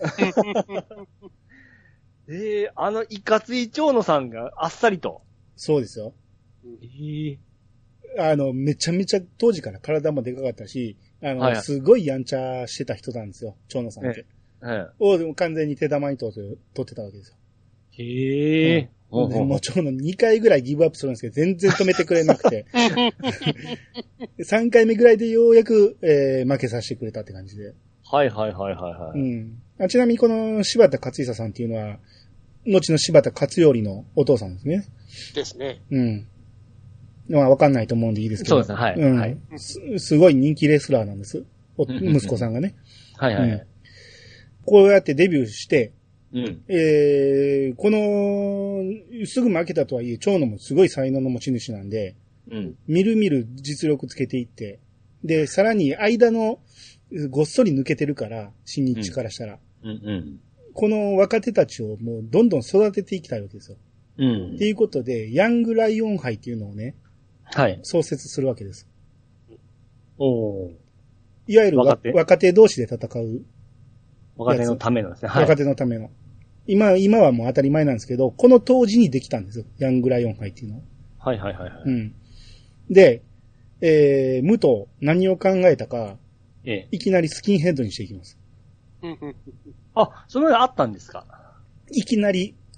ええー、あのいかつい長野さんがあっさりと。 そうですよ。えー、あの、めちゃめちゃ当時から体もでかかったし、あの、はい、すごいやんちゃしてた人なんですよ、長野さんって。はい。をでも完全に手玉に取って、取ってたわけですよ。 へえ。 うん、でもう長野にかいぐらいギブアップするんですけど、全然止めてくれなくて。さんかいめぐらいでようやく、えー、負けさせてくれたって感じで。 はいはいはいはいはい。うん。 あ、ちなみにこの柴田勝久さんっていうのは、後の柴田勝頼のお父さんですね。 ですね。 うん。まあわかんないと思うんでいいですけど。 そうですね、はい。 うん。 はい、 す, すごい人気レスラーなんです。お息子さんがね。 はいはい、はい、うん。 こうやってデビューして、うん、えー、この、すぐ負けたとはいえ、長野もすごい才能の持ち主なんで、うん、みるみる実力つけていって、で、さらに間の、ごっそり抜けてるから、新日からしたら。うんうんうん、この若手たちをもうどんどん育てていきたいわけですよ。うん、っていうことで、ヤングライオン杯っていうのをね、はい。創設するわけです。おー。いわゆる若手、若手同士で戦う。 若手のためのですね。はい。 若手のための。今、今はもう当たり前なんですけど、この当時にできたんですよ。ヤングライオン杯っていうのは。 はいはいはいはい。 うん。で、えー、武藤、何を考えたか、ええ、いきなりスキンヘッドにしていきます。 あ、その上あったんですか？ いきなり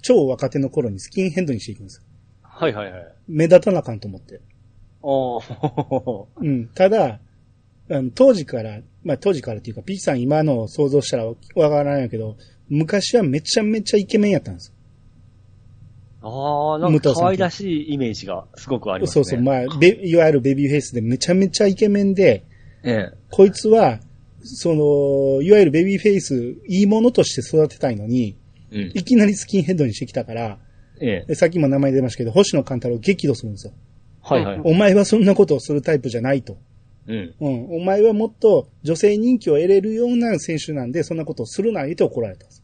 超若手の頃にスキンヘッドにしていくんですよ。 はいはいはい。 目立たなあかんと思って。 おー。 うん。ただ、あの当時から、まあ当時からっていうか、ピーチさん今のを想像したらわからないけど、昔はめちゃめちゃイケメンやったんですよ。 ああ、なんか可愛らしいイメージがすごくありますね。 そうそう、まあ、いわゆるベビーフェイスでめちゃめちゃイケメンで、 ええ、 こいつは、その、いわゆるベビーフェイス、いいものとして育てたいのに、うん、いきなりスキンヘッドにしてきたから、ええ、さっきも名前出ましたけど、星野勘太郎激怒するんですよ。はいはい。お前はそんなことをするタイプじゃないと。うん。うん。お前はもっと女性人気を得れるような選手なんで、そんなことをするな、言って怒られたんです。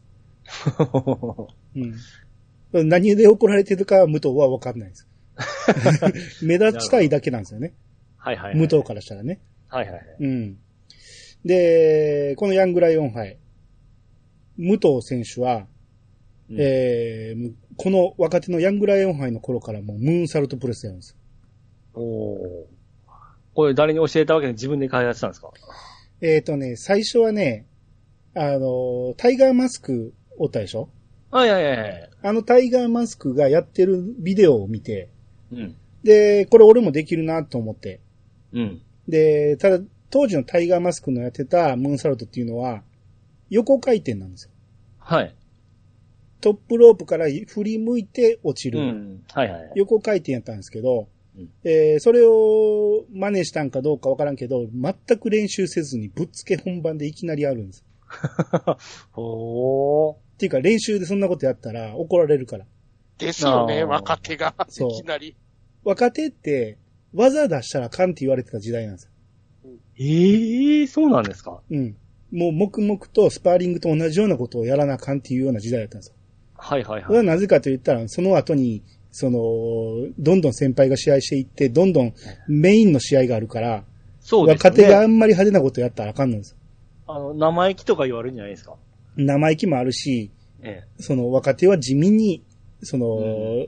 うん。何で怒られてるかは武藤は分かんないです。目立ちたいだけなんですよね。はいはい、はい。武藤からしたらね。はいはい、はい。うん。で、このヤングライオン杯。武藤選手は、うん、えー、この若手のヤングライオン杯の頃からもうムーンサルトプレスやるんですよ。 おー。これ誰に教えたわけで自分で開発したんですか？ えっとね、最初はね、あの、タイガーマスクおったでしょ？ はいはいはい。 あのタイガーマスクがやってるビデオを見て、うん、で、これ俺もできるなと思って、うん、で、ただ当時のタイガーマスクのやってたムーンサルトっていうのは横回転なんですよ。はい。トップロープから振り向いて落ちる。うん、はいはい。横回転やったんですけど、うん、えー、それを真似したんかどうかわからんけど、全く練習せずにぶっつけ本番でいきなりやるんです。ほー。っていうか練習でそんなことやったら怒られるから。 ですよね、若手が。いきなり。 若手って技出したらあかんって言われてた時代なんですよ。 うん、ええー、そうなんですか？ うん。もう黙々とスパーリングと同じようなことをやらなあかんっていうような時代だったんですよ。はいはいはい。それはなぜかと言ったら、その後に、その、どんどん先輩が試合していって、どんどんメインの試合があるから、そうですね。若手があんまり派手なことやったらあかんのですよ。 あの、生意気とか言われるんじゃないですか？ 生意気もあるし、ええ、その若手は地味に、その、うん、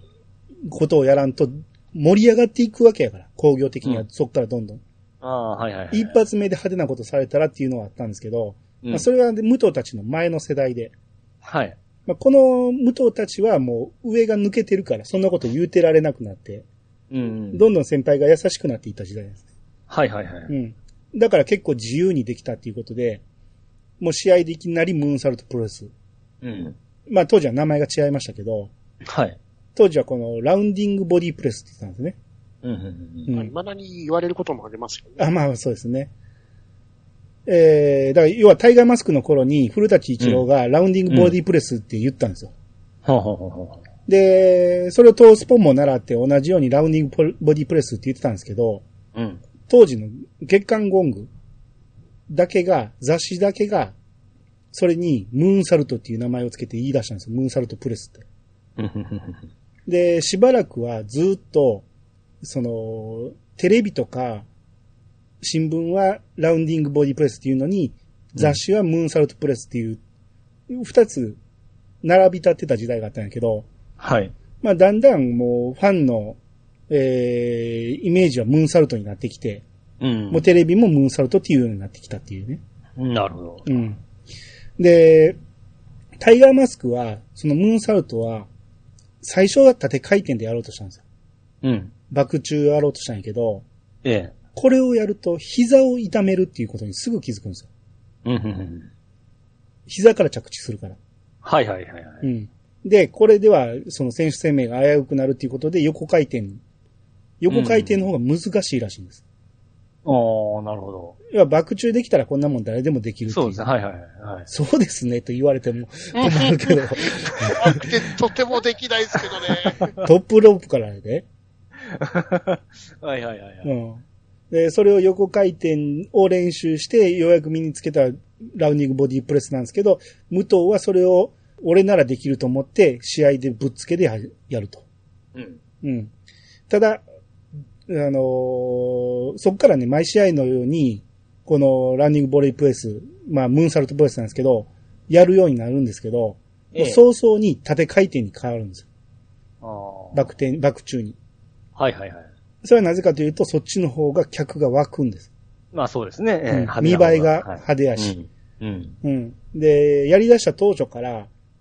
ことをやらんと盛り上がっていくわけやから、工業的にはそっからどんどん。うん、ああ、はいはい、はい。一発目で派手なことされたらっていうのはあったんですけど、うん、まあ、それは武藤たちの前の世代で。はい。まあ、この武藤たちはもう上が抜けてるから、そんなこと言うてられなくなって、うんうん、どんどん先輩が優しくなっていった時代ですね。はいはいはい。うん。だから結構自由にできたっていうことで、もう試合でいきなりムーンサルトプロレス。うん。まあ当時は名前が違いましたけど、はい。当時はこのラウンディングボディプレスって言ったんですね。 うんうんうん。うん、未だに言われることもありますよね。 あ、まあそうですね。えー、だから要はタイガーマスクの頃に古舘一郎がラウンディングボディプレスって言ったんですよ。うんうん、で、それをトースポンも習って同じようにラウンディングボディプレスって言ってたんですけど、うん、当時の月刊ゴングだけが、雑誌だけが、それにムーンサルトっていう名前をつけて言い出したんですよ。ムーンサルトプレスって。で、しばらくはずっと、その、テレビとか、新聞はラウンディングボディプレスっていうのに、雑誌はムーンサルトプレスっていう、二つ並び立ってた時代があったんやけど、はい。まあだんだんもうファンの、えー、イメージはムーンサルトになってきて、うん。もうテレビもムーンサルトっていうようになってきたっていうね。 なるほど。 うん。で、タイガーマスクは、そのムーンサルトは、最初は縦回転でやろうとしたんですよ。うん。バク宙やろうとしたんやけど、ええ。これをやると膝を痛めるっていうことにすぐ気づくんですよ。うんうんうん。膝から着地するから。 はいはいはいはい。 うん。で、これではその選手生命が危うくなるっていうことで横回転。横回転の方が難しいらしいんです。 うん、ああ、なるほど。 いや、バク宙できたらこんなもん誰でもできるっていう。 そうですね。はいはいはい。 そうですねと言われても困るけど。 とてもできないですけどね。 トップロープからで。 はいはいはい、はい。うん。 で、それを横回転を練習して、ようやく身につけたラウンディングボディプレスなんですけど、武藤はそれを、俺ならできると思って、試合でぶっつけでやると。うん。うん。ただ、あのー、そこからね、毎試合のように、このラウンディングボディプレス、まあ、ムーンサルトプレスなんですけど、やるようになるんですけど、ええ、早々に縦回転に変わるんですよ。ああ。バク転、バク中に。 はいはいはい。 それはなぜかというと、そっちの方が客が湧くんです。 まあそうですね。 うん、見栄えが派手やし、はい。うん。うん。で、やり出した当初から、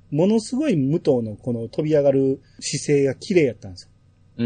ものすごい武藤のこの飛び上がる姿勢が綺麗やったんですよ。 うん。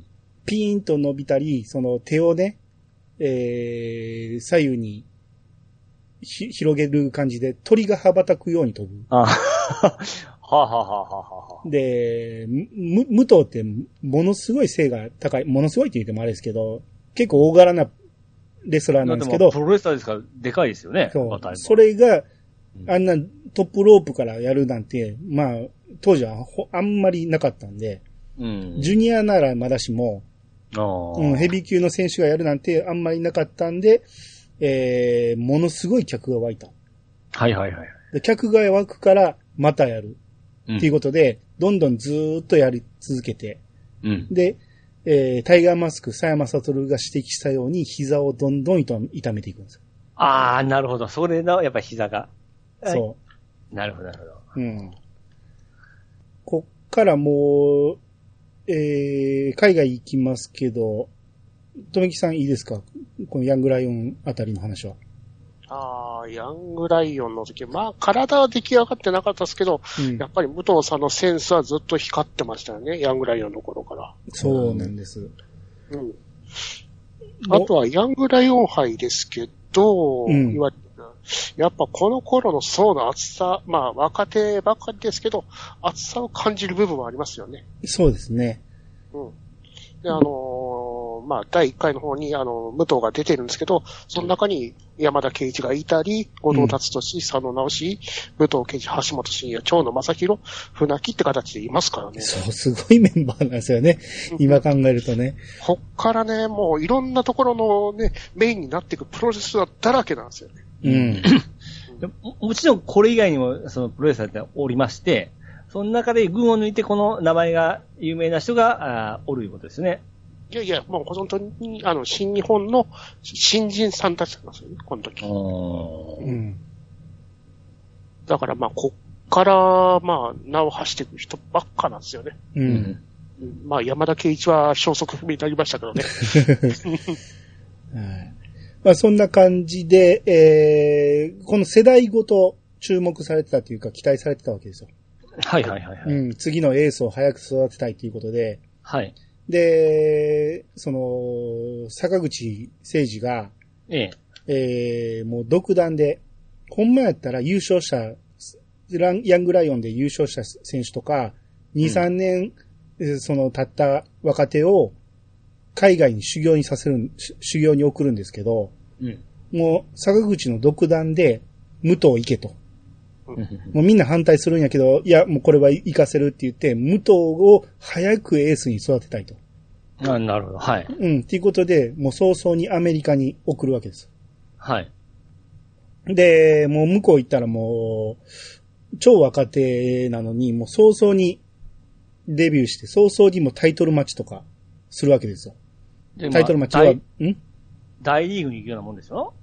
ピーンと伸びたり、その手をね、えー、左右にひ広げる感じで鳥が羽ばたくように飛ぶ。 あはあ、はあはあはあ、 で、む、武藤ってものすごい背が高い、ものすごいって言ってもあれですけど、結構大柄なレスラーなんですけど。 プロレスラーですからでかいですよね。 そう。それが、あんなトップロープからやるなんて、まあ、当時はあんまりなかったんで、うん、ジュニアならまだしも、うん、ヘビー級の選手がやるなんてあんまりなかったんで、えー、ものすごい客が湧いた。 はいはいはい。 で客が湧くからまたやる。うん、っていうことで、どんどんずーっとやり続けて、うん、で、えー、タイガーマスク、佐山悟が指摘したように膝をどんどん痛めていくんですよ。 ああ、なるほど。それの、やっぱり膝が。 そう。 なるほど、なるほど。 うん。こっからもう、えー、海外行きますけど、とめきさんいいですか？このヤングライオンあたりの話は。 ああ、ヤングライオンの時、まあ体は出来上がってなかったですけど、うん、やっぱり武藤さんのセンスはずっと光ってましたよね、ヤングライオンの頃から。 そうなんです。 うん。あとはヤングライオン杯ですけど、うん、やっぱこの頃の層の厚さ、まあ若手ばっかりですけど、厚さを感じる部分はありますよね。 そうですね。 うん。で、あのー、まあだいいっかいの方にあの、武藤が出てるんですけど、その中に山田圭一がいたり、後藤達俊、佐野直し、武藤圭一、橋本真也、長野正宏、船木って形でいますからね。 そう、すごいメンバーなんですよね。今考えるとね。 こっからね、もういろんなところのね、メインになっていくプロレスラーだらけなんですよね。うん。 も, もちろんこれ以外にもそのプロレスラーっておりまして、その中で群を抜いてこの名前が有名な人があおるいうことですね。 いやいや、もう本当にあの新日本の新人さんたちなんですよね、この時。うん、だからまあこっからまあ名を発していく人ばっかなんですよね。うん。まあ山田圭一は消息不明になりましたけどね。 はいまあそんな感じで、えー、この世代ごと注目されてたというか期待されてたわけですよ。 はいはいはい、はい。 うん。次のエースを早く育てたいということで。 はい。 で、その、坂口誠二が、ええ。えー、もう独断で、ほんまやったら優勝したヤングライオンで優勝した選手とか、に、さんねん、その、経った若手を、海外に修行にさせる、修行に送るんですけど、うん、もう、坂口の独断で、武藤行けと。うん、もうみんな反対するんやけど、いや、もうこれは行かせるって言って、武藤を早くエースに育てたいと。 あ、なるほど。はい。 うん、っていうことで、もう早々にアメリカに送るわけです。 はい。 で、もう向こう行ったらもう、超若手なのに、もう早々にデビューして、早々にもタイトルマッチとかするわけですよ。タイトルマッチは、ん大リーグに行くようなもんですよ。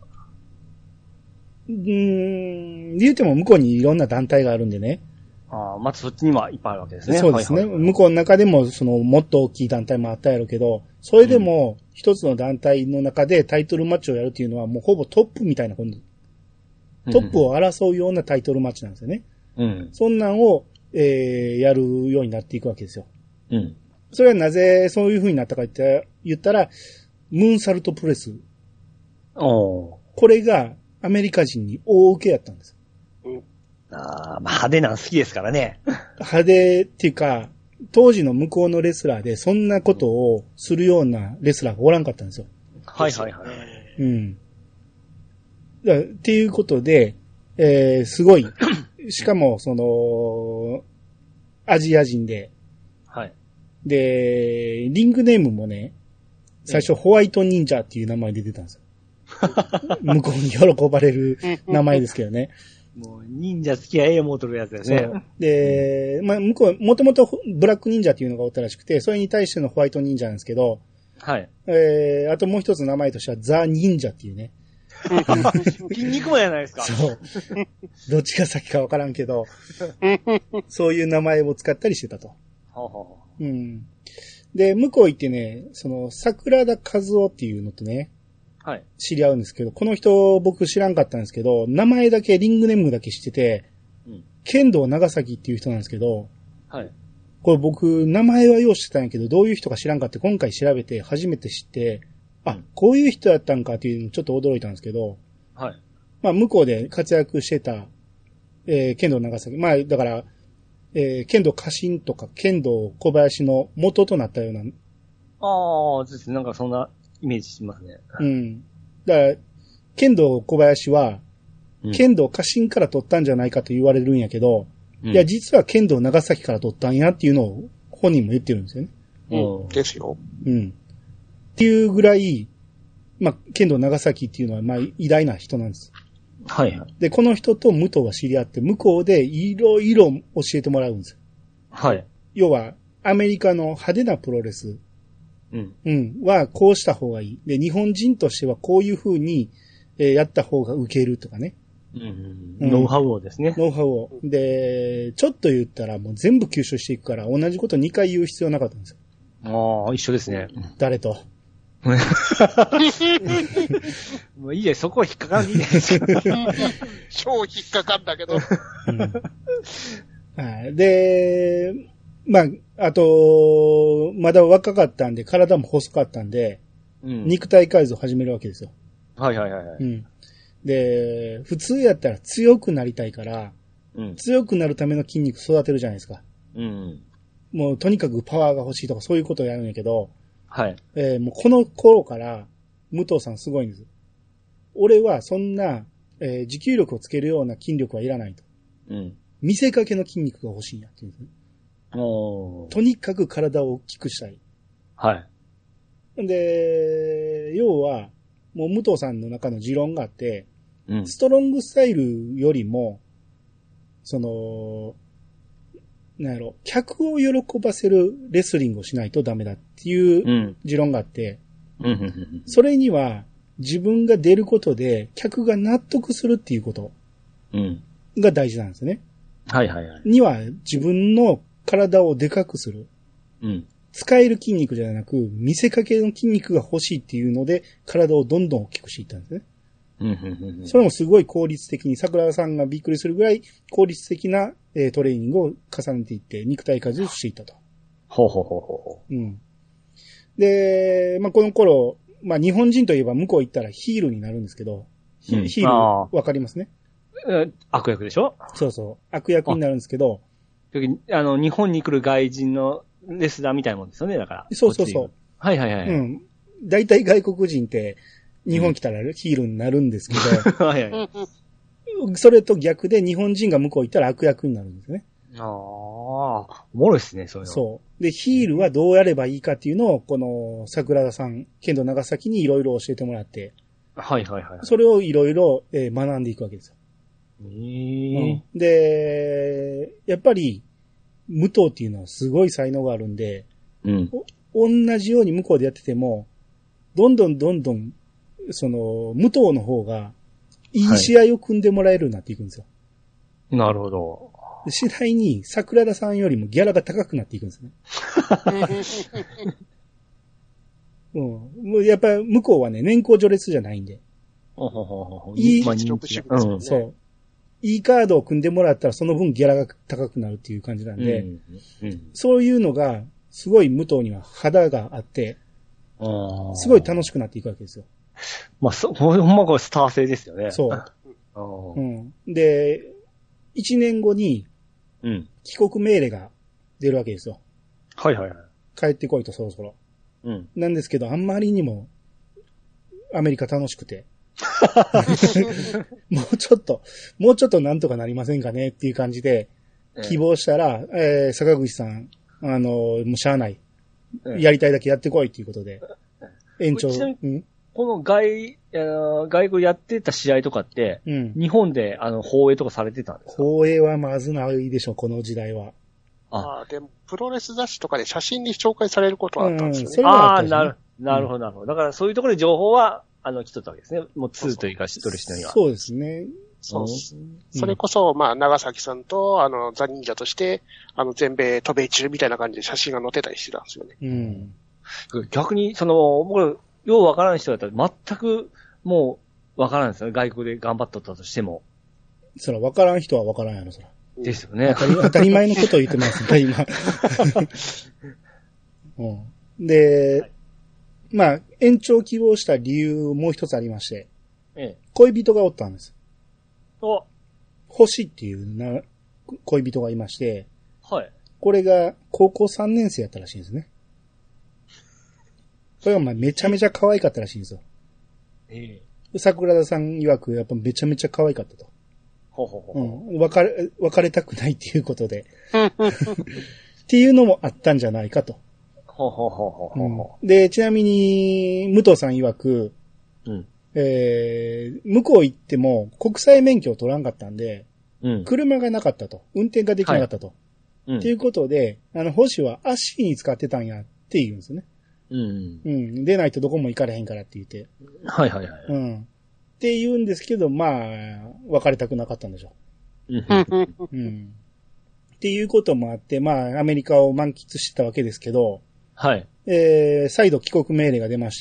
うーん、言うても向こうにいろんな団体があるんでね。 ああ、まずそっちにはいっぱいあるわけですね。 そうですね。はいはいはい、向こうの中でも、その、もっと大きい団体もあったやろうけど、それでも、一つの団体の中でタイトルマッチをやるっていうのは、もうほぼトップみたいなこと、トップを争うようなタイトルマッチなんですよね。うん。そんなんを、えー、やるようになっていくわけですよ。うん。それはなぜそういう風になったかって言ったら、ムーンサルトプレス。おこれがアメリカ人に大受けやったんです。 うん。ああ、まあ派手なの好きですからね。 派手っていうか、当時の向こうのレスラーでそんなことをするようなレスラーがおらんかったんですよ。 はいはいはい。 うん。だっていうことで、えー、すごい。しかも、その、アジア人で。はい。で、リングネームもね、最初ホワイト忍者っていう名前で出てたんですよ。向こうに喜ばれる名前ですけどね。 もう、忍者付き合いを持ってるやつですね。 で、まあ、向こう、もともとブラック忍者っていうのがおったらしくて、それに対してのホワイト忍者なんですけど、はい。えー、あともう一つ名前としてはザ・忍者っていうね。 筋肉マンじゃないですか。 そう。どっちが先かわからんけど、そういう名前を使ったりしてたと。ははうん。で、向こう行ってね、その、桜田和夫っていうのとね、はい。知り合うんですけど、この人僕知らんかったんですけど、名前だけ、リングネームだけ知ってて、うん、 剣道長崎っていう人なんですけど、 はい。 これ僕、名前は用意してたんやけど、どういう人か知らんかって今回調べて初めて知って、あ、うん、こういう人やったんかっていうのちょっと驚いたんですけど、 はい。 まあ、向こうで活躍してた、えー、剣道長崎。まあ、だから、えー、剣道家臣とか剣道小林の元となったような。 ああ、ですね。なんかそんなイメージしますね。 うん。だから、剣道小林は、うん、剣道家臣から取ったんじゃないかと言われるんやけど、うん、いや、実は剣道長崎から取ったんやっていうのを本人も言ってるんですよね。 うん。ですよ。 うん。っていうぐらい、まあ、剣道長崎っていうのは、まあ、偉大な人なんです。 はいはい。 で、この人と武藤は知り合って、向こうでいろいろ教えてもらうんですよ。 はい。 要は、アメリカの派手なプロレス。 うん。 うん。は、こうした方がいい。で、日本人としてはこういう風に、えー、やった方が受けるとかね。 うん、うん。ノウハウをですね。 ノウハウを。で、ちょっと言ったらもう全部吸収していくから、同じことにかい言う必要なかったんですよ。 ああ、一緒ですね。 誰と。 もういいや、そこは引っかかんでいいですよ。 超引っかかんだけど。 うんはい、で、まあ、あと、まだ若かったんで、体も細かったんで、うん、肉体改造を始めるわけですよ。 はいはいはい、はい。 うん。で、普通やったら強くなりたいから、うん、強くなるための筋肉育てるじゃないですか。うん。もうとにかくパワーが欲しいとかそういうことをやるんやけど、 はい。 えー、もうこの頃から武藤さんすごいんです。俺はそんな、えー、持久力をつけるような筋力はいらないと。うん。見せかけの筋肉が欲しいんやって言うんですね。おー。とにかく体を大きくしたい。 はい。 で、要は、もう武藤さんの中の持論があって、うん、ストロングスタイルよりも、その、なんやろ、客を喜ばせるレスリングをしないとダメだっていう持論があって、うん、それには自分が出ることで客が納得するっていうことが大事なんですね。 うん、はいはいはい。 には自分の体をでかくする。うん、使える筋肉じゃなく見せかけの筋肉が欲しいっていうので体をどんどん大きくしていったんですね。それもすごい効率的に、桜田さんがびっくりするぐらい効率的な、えー、トレーニングを重ねていって肉体改造をしていったと。 ほうほうほうほう。うん。で、まあ、この頃、まあ、日本人といえば向こう行ったらヒールになるんですけど、うん、ヒールわかりますね。 悪役でしょ？ そうそう。悪役になるんですけど、 あの、日本に来る外人のレスラーみたいなもんですよね、だから。 そうそうそう。 はいはいはい。 うん。大体外国人って、日本来たらヒールになるんですけど、はいはい、それと逆で日本人が向こう行ったら悪役になるんですね。 ああ、おもろいですね、そういうの。 そう。で、ヒールはどうやればいいかっていうのを、この桜田さん、剣道長崎にいろいろ教えてもらって、 はいはいはい。 それをいろいろ学んでいくわけですよ。 へー、 うん。で、やっぱり、武藤っていうのはすごい才能があるんで、うん、同じように向こうでやってても、どんどんどんどんその、武藤の方が、いい試合を組んでもらえるようになっていくんですよ。 はい、なるほど。 次第に、桜田さんよりもギャラが高くなっていくんですね。うん。もうやっぱ、向こうはね、年功序列じゃないんで。いい、まあ、うん、そう。いいカードを組んでもらったら、その分ギャラが高くなるっていう感じなんで、うんうん、そういうのが、すごい武藤には肌があって、すごい楽しくなっていくわけですよ。 まあ、そ、ほんまこれスター性ですよね。 そう。うん。で、一年後に、うん。帰国命令が出るわけですよ。 はいはいはい。 帰ってこいとそろそろ。うん。なんですけど、あんまりにも、アメリカ楽しくて。もうちょっと、もうちょっとなんとかなりませんかねっていう感じで、希望したら、えー、坂口さん、あの、もうしゃあない。やりたいだけやってこいっていうことで、延長。うん、 この外、外国やってた試合とかって、うん、日本であの放映とかされてたんですか？ 放映はまずないでしょ、この時代は。 ああ、でも、プロレス雑誌とかで写真に紹介されることはあったんですよね。 うん、ああ、なる、なるほど、なるほど。だからそういうところで情報は、あの、来とったわけですね。もうツーというか、知っとる人には。 そうですね。 そう。それこそ、まあ、長崎さんと、あの、ザ・忍者として、あの、全米渡米中みたいな感じで写真が載ってたりしてたんですよね。うん。 逆に、その、僕、ようわからん人だったら、全く、もう、わからんですよね。外国で頑張っとったとしても。 そら、わからん人はわからんやろ、そら。 ですよね。 当たり、当たり前のことを言ってますね、今。うん、で、はい、まあ、延長希望した理由もう一つありまして、ええ、恋人がおったんです。お星っていうな恋人がいまして、はい。これが高校さんねん生やったらしいんですね。これがまあめちゃめちゃ可愛かったらしいんですよ。ええ。桜田さん曰くやっぱめちゃめちゃ可愛かったと。ほうほうほう。うん。別れ、別れたくないっていうことで。っていうのもあったんじゃないかと。ほうほうほうほうほう、うん。で、ちなみに、武藤さん曰く、うん。えー、向こう行っても国際免許を取らんかったんで、うん、車がなかったと。運転ができなかったと。はい、うん。っていうことで、あの、星は足に使ってたんやって言うんですよね。うん。うん。でないとどこも行かれへんからって言って。はいはいはい。うん。って言うんですけど、まあ、別れたくなかったんでしょう。うん。うん。っていうこともあって、まあ、アメリカを満喫してたわけですけど、はい。えー、再度帰国命令が出まして、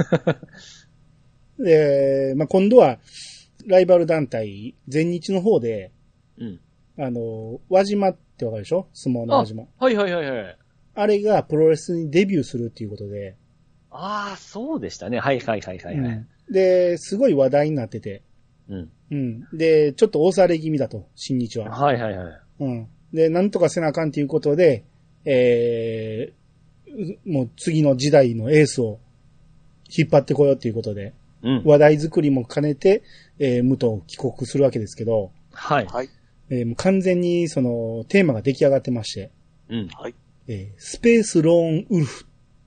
で、まあ、今度は、ライバル団体、全日の方で、うん。あの、輪島ってわかるでしょ？相撲の輪島。はいはいはいはい。あれがプロレスにデビューするっていうことで。 ああ、そうでしたね。はいはいはいはい、はい、うん。 で、すごい話題になってて。うん。うん。で、ちょっと大され気味だと、新日は。はいはいはい。うん。で、なんとかせなあかんということで、えー、もう次の時代のエースを引っ張ってこようということで。うん、話題作りも兼ねて、えー、武藤帰国するわけですけど、はい。えー、もう完全にそのテーマが出来上がってまして、うん。はい。えー、スペースローンウルフ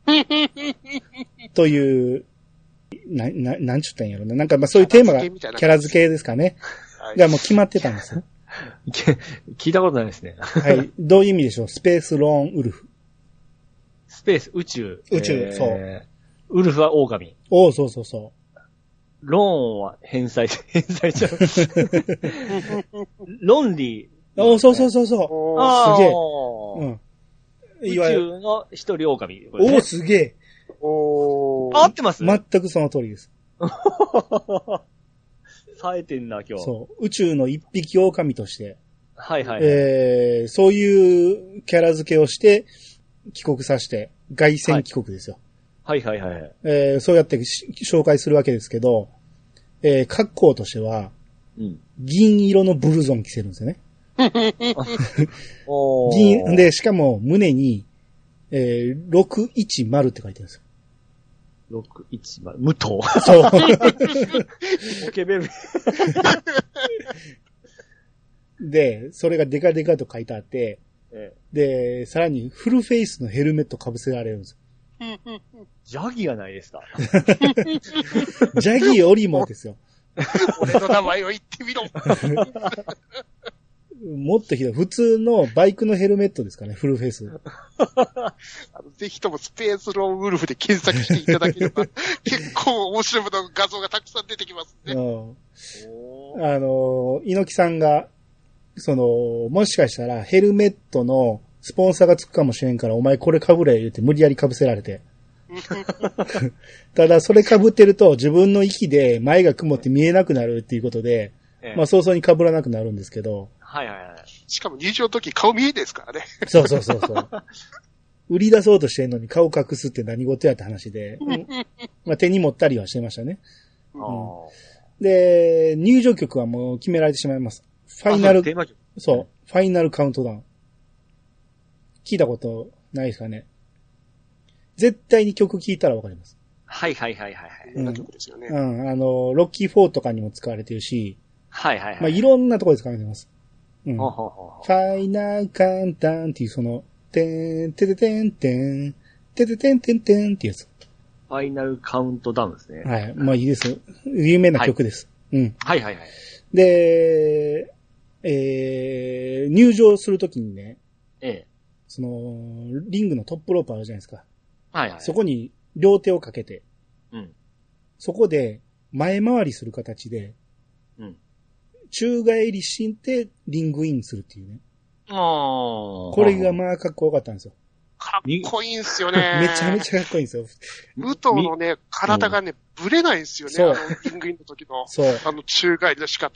という、な、な、なんちゅったんやろな。なんかまあそういうテーマがキャラ付けですかね。はい。がもう決まってたんですよ。 聞いたことないですね。 はい。どういう意味でしょう？スペースローンウルフ。 スペース、宇宙。 宇宙、えー、そう。 ウルフは狼。 おう、そうそうそう。 ローンは返済、返済ちゃう。論理、 ね。おそうそうそうそう。すげえ。 うん。宇宙の一人狼、ね。 おすげえ。 お合ってます？ 全くその通りです。 冴えてんな、今日。 そう。宇宙の一匹狼として。 はいはい、はい。 えー、そういうキャラ付けをして、帰国させて、凱旋帰国ですよ。 はい、はい、はいはい。 えー、そうやって紹介するわけですけど、えー、格好としては、うん、銀色のブルゾン着せるんですよね。銀、で、しかも胸に、えー、ろくいちまるって書いてるんですよ。 ろくいちまる、武藤そう。 ポケベル。 で、それがデカデカと書いてあって、ええ、で、さらにフルフェイスのヘルメット被せられるんですよ。 ジャギがないですか？ ジャギよりもですよ。 俺の名前を言ってみろ。 もっとひどい。普通のバイクのヘルメットですかね、フルフェイス。 あのぜひともスペースローンウルフで検索していただければ、結構面白い画像がたくさん出てきますね。 うん、あの、猪木さんが、その、もしかしたらヘルメットのスポンサーがつくかもしれんから、お前これ被れ言って無理やり被せられて。ただそれ被ってると自分の息で前が曇って見えなくなるっていうことで、ええ、まあ早々に被らなくなるんですけど。 はいはいはい。 しかも入場の時顔見えないですからね。 そうそうそうそう。売り出そうとしてんのに顔隠すって何事やって話で、うん、まあ手に持ったりはしてましたね。うん、で、入場曲はもう決められてしまいます。ファイナル、そう、ファイナルカウントダウン。聞いたことないですかね。絶対に曲聴いたらわかります。 はいはいはいはい。 いろんな曲ですよね。 うん。あの、ロッキーフォーとかにも使われてるし。 はいはいはい。 まあいろんなところで使われてます。うん。ほうほうほうファイナルカウントダウンっていうその、てんてててんてん、てててんてんてんってやつ。 ファイナルカウントダウンですね。 はい。まあいいです。有名な曲です。 はい、 うん。 はいはいはい。 で、えー、入場するときにね。ええ。その、リングのトップロープあるじゃないですか。はいはい。そこに両手をかけて、うん。そこで前回りする形で、うん。宙返りしてリングインするっていうね。ああ。これがまあかっこよかったんですよ。 かっこいいんすよね。 めちゃめちゃかっこいいんですよ。 武藤のね、体がね、ぶれないんですよね。そう。あのリングインの時の、そう。あの宙返りの仕方。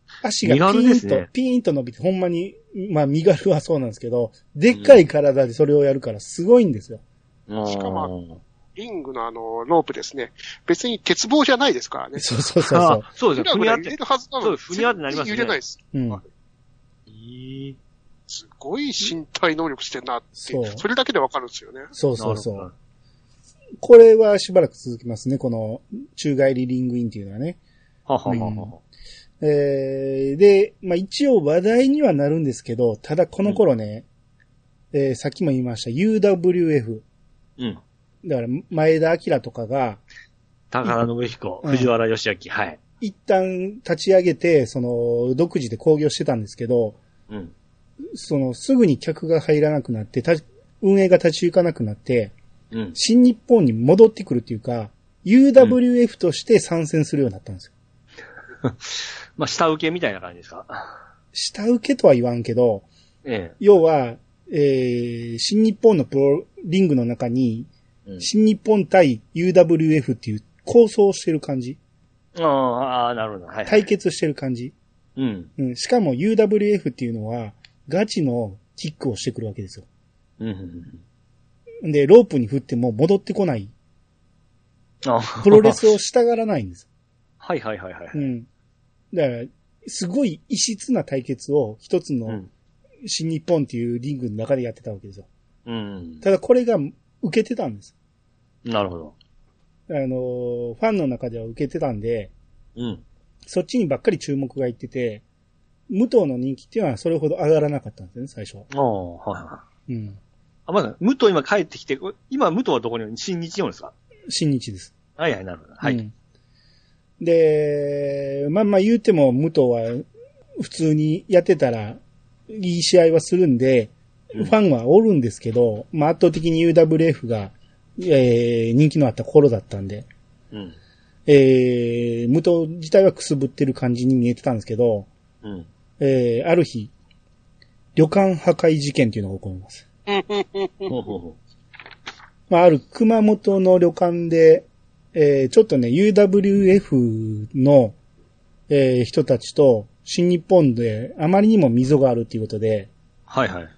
足がピーンと、ね、ピーンと伸びて、ほんまに、まあ身軽はそうなんですけど、でっかい体でそれをやるからすごいんですよ。 うん、しかも、リングのあの、ロープですね。別に鉄棒じゃないですからね。 そうそうそうそう。 そうですよ。 ふにゃふにゃ揺れるはずなのに。 そう、ふにゃってなりますね。 揺れないです。 うん。 えー、すごい身体能力してんなって。そう。それだけでわかるんですよね。 そうそうそう。これはしばらく続きますね。この、宙返りリングインっていうのはね。 はははは、うんえー、で、まあ一応話題にはなるんですけど、ただこの頃ね、うん、えー、さっきも言いました ユーダブリューエフ。 うん。 だから前田明とかが、 高原信彦、藤原義明、はい。 一旦立ち上げて、その、独自で興行してたんですけど、 うん。 その、すぐに客が入らなくなって、運営が立ち行かなくなって、 うん。 新日本に戻ってくるっていうか、ユーダブリューエフ として参戦するようになったんですよ。 うんまあ、下請けみたいな感じですか？ 下請けとは言わんけど、 ええ、 要は、えー、新日本のプロリングの中に、うん、新日本対 ユーダブリューエフ っていう構想をしてる感じ。 ああ、なるほど。はい、はい。 対決してる感じ。 うん。 うん。しかも ユーダブリューエフ っていうのは、ガチのキックをしてくるわけですよ。 うん。 で、ロープに振っても戻ってこない。プロレスをしたがらないんです。 はいはいはいはい。 うん。だから、すごい異質な対決を一つの新日本っていうリングの中でやってたわけですよ。 うん。 ただこれが受けてたんです。 なるほど。 あの、ファンの中では受けてたんで、 うん。 そっちにばっかり注目がいってて、武藤の人気っていうのはそれほど上がらなかったんですよね、最初は。 ああ、はいはい。 うん。 あ、まだ、武藤今帰ってきて、今武藤はどこにいる？新日本ですか？新日です。 はいはい、なるほど。はい。うん、 で、まあまあ言うても武藤は普通にやってたらいい試合はするんで、うん、ファンはおるんですけど、まあ圧倒的に ユーダブリューエフ が、えー、人気のあった頃だったんで、 うん、 えー、武藤自体はくすぶってる感じに見えてたんですけど、 うん、 えー、ある日、旅館破壊事件っていうのが起こります。まあ、ある熊本の旅館で、えー、ちょっとね、ユーダブリューエフ の、えー、人たちと新日本であまりにも溝があるっていうことで、 はいはい。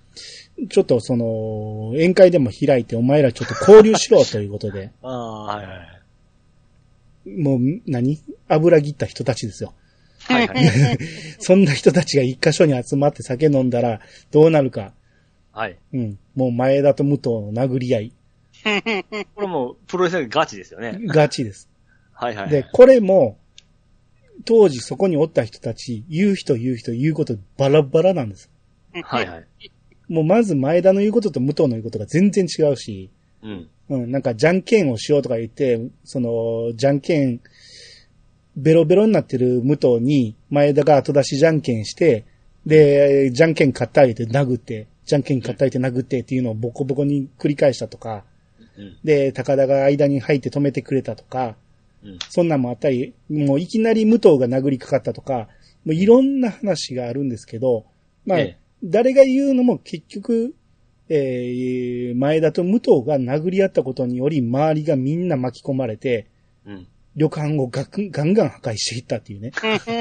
ちょっとその、宴会でも開いてお前らちょっと交流しろということで。 ああ、はいはい。 もう、何油切った人たちですよ。 はいはい。 そんな人たちが一箇所に集まって酒飲んだらどうなるか。 はい。 うん。もう前田と武藤の殴り合い。 これもうプロレスガチですよね。 ガチです。 はいはい。 で、これも、当時そこにおった人たち、言う人言う人言うことバラバラなんです。 はいはい。 もうまず前田の言うことと武藤の言うことが全然違うし、 うん。 うん、なんかじゃんけんをしようとか言って、その、じゃんけん、ベロベロになってる武藤に前田が後出しじゃんけんして、で、じゃんけん勝ったりって殴って、じゃんけん勝ったりって殴ってっていうのをボコボコに繰り返したとか、 うん、 で、高田が間に入って止めてくれたとか、 うん、 そんなんもあったり、もういきなり武藤が殴りかかったとか、もういろんな話があるんですけど、まあ、ええ、誰が言うのも結局、えー、前田と武藤が殴り合ったことにより周りがみんな巻き込まれて、 うん、 旅館をガンガンガン破壊していったっていうね。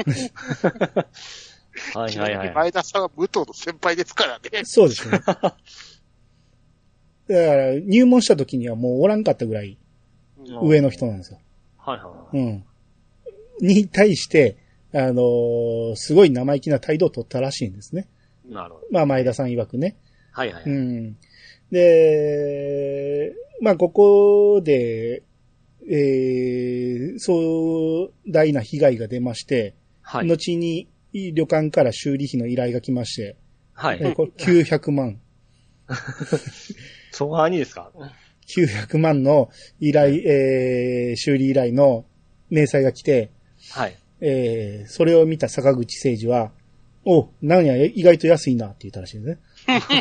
はいはいはい。 前田さんは武藤の先輩ですからね。 そうですね。だから入門した時にはもうおらんかったぐらい上の人なんですよ。 はいはい。 うん。に対して、あのー、すごい生意気な態度を取ったらしいんですね。 なるほど。 まあ前田さん曰くね。 はいはい。 うん。で、まあここで、えー、壮大な被害が出まして、 はい。 後に旅館から修理費の依頼が来まして、 はい。 えー、これきゅうひゃくまん。 そがにですか ? きゅうひゃくまんの依頼、えー、修理依頼の明細が来て、 はい。 えー、それを見た坂口誠二は、お、なんや、意外と安いなって言ったらしいですね。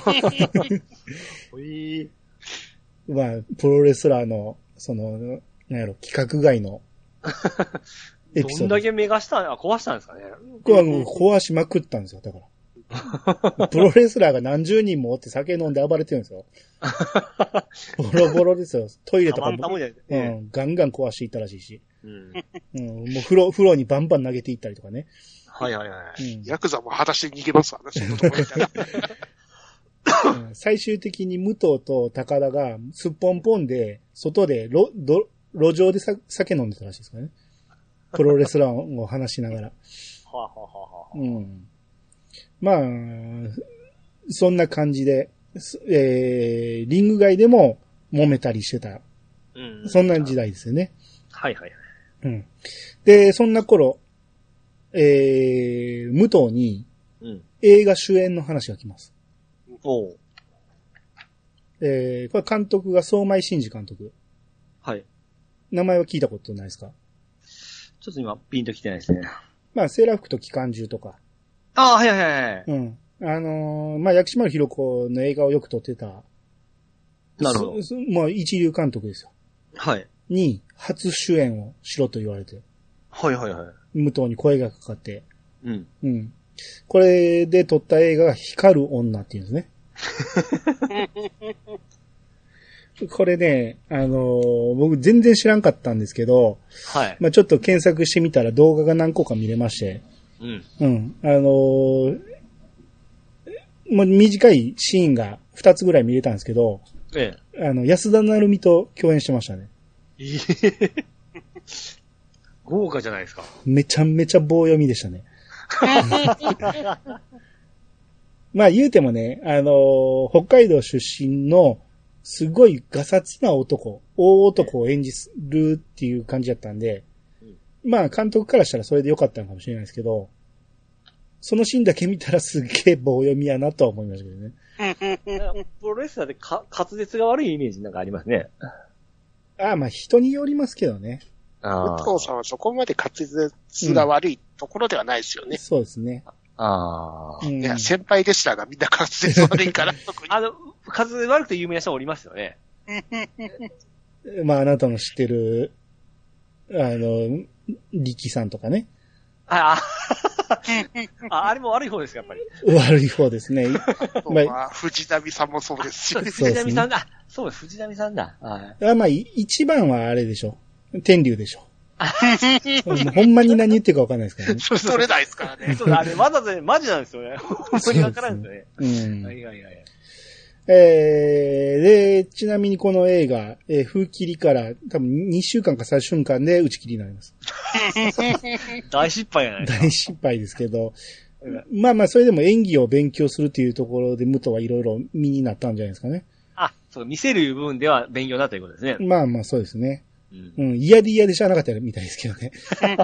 おいまあ、プロレスラーの、その、なんやろ、規格外のエピソード。 どんだけ目がした、壊したんですかね。 これはもう壊しまくったんですよ、だから。プロレスラーが何十人もおって酒飲んで暴れてるんですよ。ボロボロですよ。トイレとかも、 たまんたまうん、ガンガン壊していったらしいし。 うん。 うん、もう風呂、風呂にバンバン投げていったりとかね。 はいはいはい。 うん、ヤクザも裸足で逃げますわね、そんなとこ行ったら。 最終的に武藤と高田がすっぽんぽんで、外で路、路上でさ酒飲んでたらしいですからね。プロレスラーを話しながら。はあ、はあははあ、 うん。まあ、そんな感じで、えー、リング外でも揉めたりしてた。うん、そんな時代ですよね。 はいはいはい。 うん。で、そんな頃、えー、武藤に映画主演の話が来ます。 おう。 えー、これ監督が相米真司監督。 はい。 名前は聞いたことないですか？ ちょっと今、ピンと来てないですね。 まあ、セーラー服と機関銃とか。 ああ、はいはいはい。 うん。あのー、まあ、薬師丸ひろ子の映画をよく撮ってた。 なるほど。 まあ、一流監督ですよ。 はい。 に、初主演をしろと言われて。 はいはいはい。 武藤に声がかかって。 うん。 うん。これで撮った映画が光る女っていうんですね。これね、あのー、僕全然知らんかったんですけど、 はい。 まあちょっと検索してみたら動画が何個か見れまして、 うん。 うん。あのー、もう短いシーンがふたつぐらい見れたんですけど、 ええ、あの、安田成美と共演してましたね。 ええ豪華じゃないですか。 めちゃめちゃ棒読みでしたね。まあ言うてもね、あのー、北海道出身のすごいガサツな男、大男を演じるっていう感じだったんで、うん、まあ監督からしたらそれで良かったのかもしれないですけど、そのシーンだけ見たらすっげえ棒読みやなとは思いましたけどね。プロレスラーでか滑舌が悪いイメージなんかありますね。 ああ、まあ人によりますけどね。 武藤さんはそこまで滑舌が悪いところではないですよね。うん、 そうですね。 ああ、うん。 いや、先輩でしたがみんな滑舌悪いから、特に。 あの、滑舌悪くて有名な人おりますよね。 まあ、あなたの知ってる、あの、力さんとかね。 ああ、あれも悪い方ですか、やっぱり。 悪い方ですね。 まあ、藤波さんもそうですし。 藤波さんだ。そうです、藤波さんだ。 はい。あ、まあ、一番はあれでしょ。天竜でしょ。ほんまに何言ってるか分かんないですからね。 取れないですからね。 そうあれ、わざわざマジなんですよね。本当に分からんですよね。うん。はいはいはい。 えー、で、ちなみにこの映画、えー、風切りから多分にしゅうかんかさんしゅうかんで打ち切りになります。 大失敗じゃないですか。 大失敗ですけど、まあまあそれでも演技を勉強するというところで武藤はいろいろ身になったんじゃないですかね。 あ、そう、見せる部分では勉強だということですね。 まあまあそうですね。うん、嫌で嫌でしゃあなかったみたいですけどね。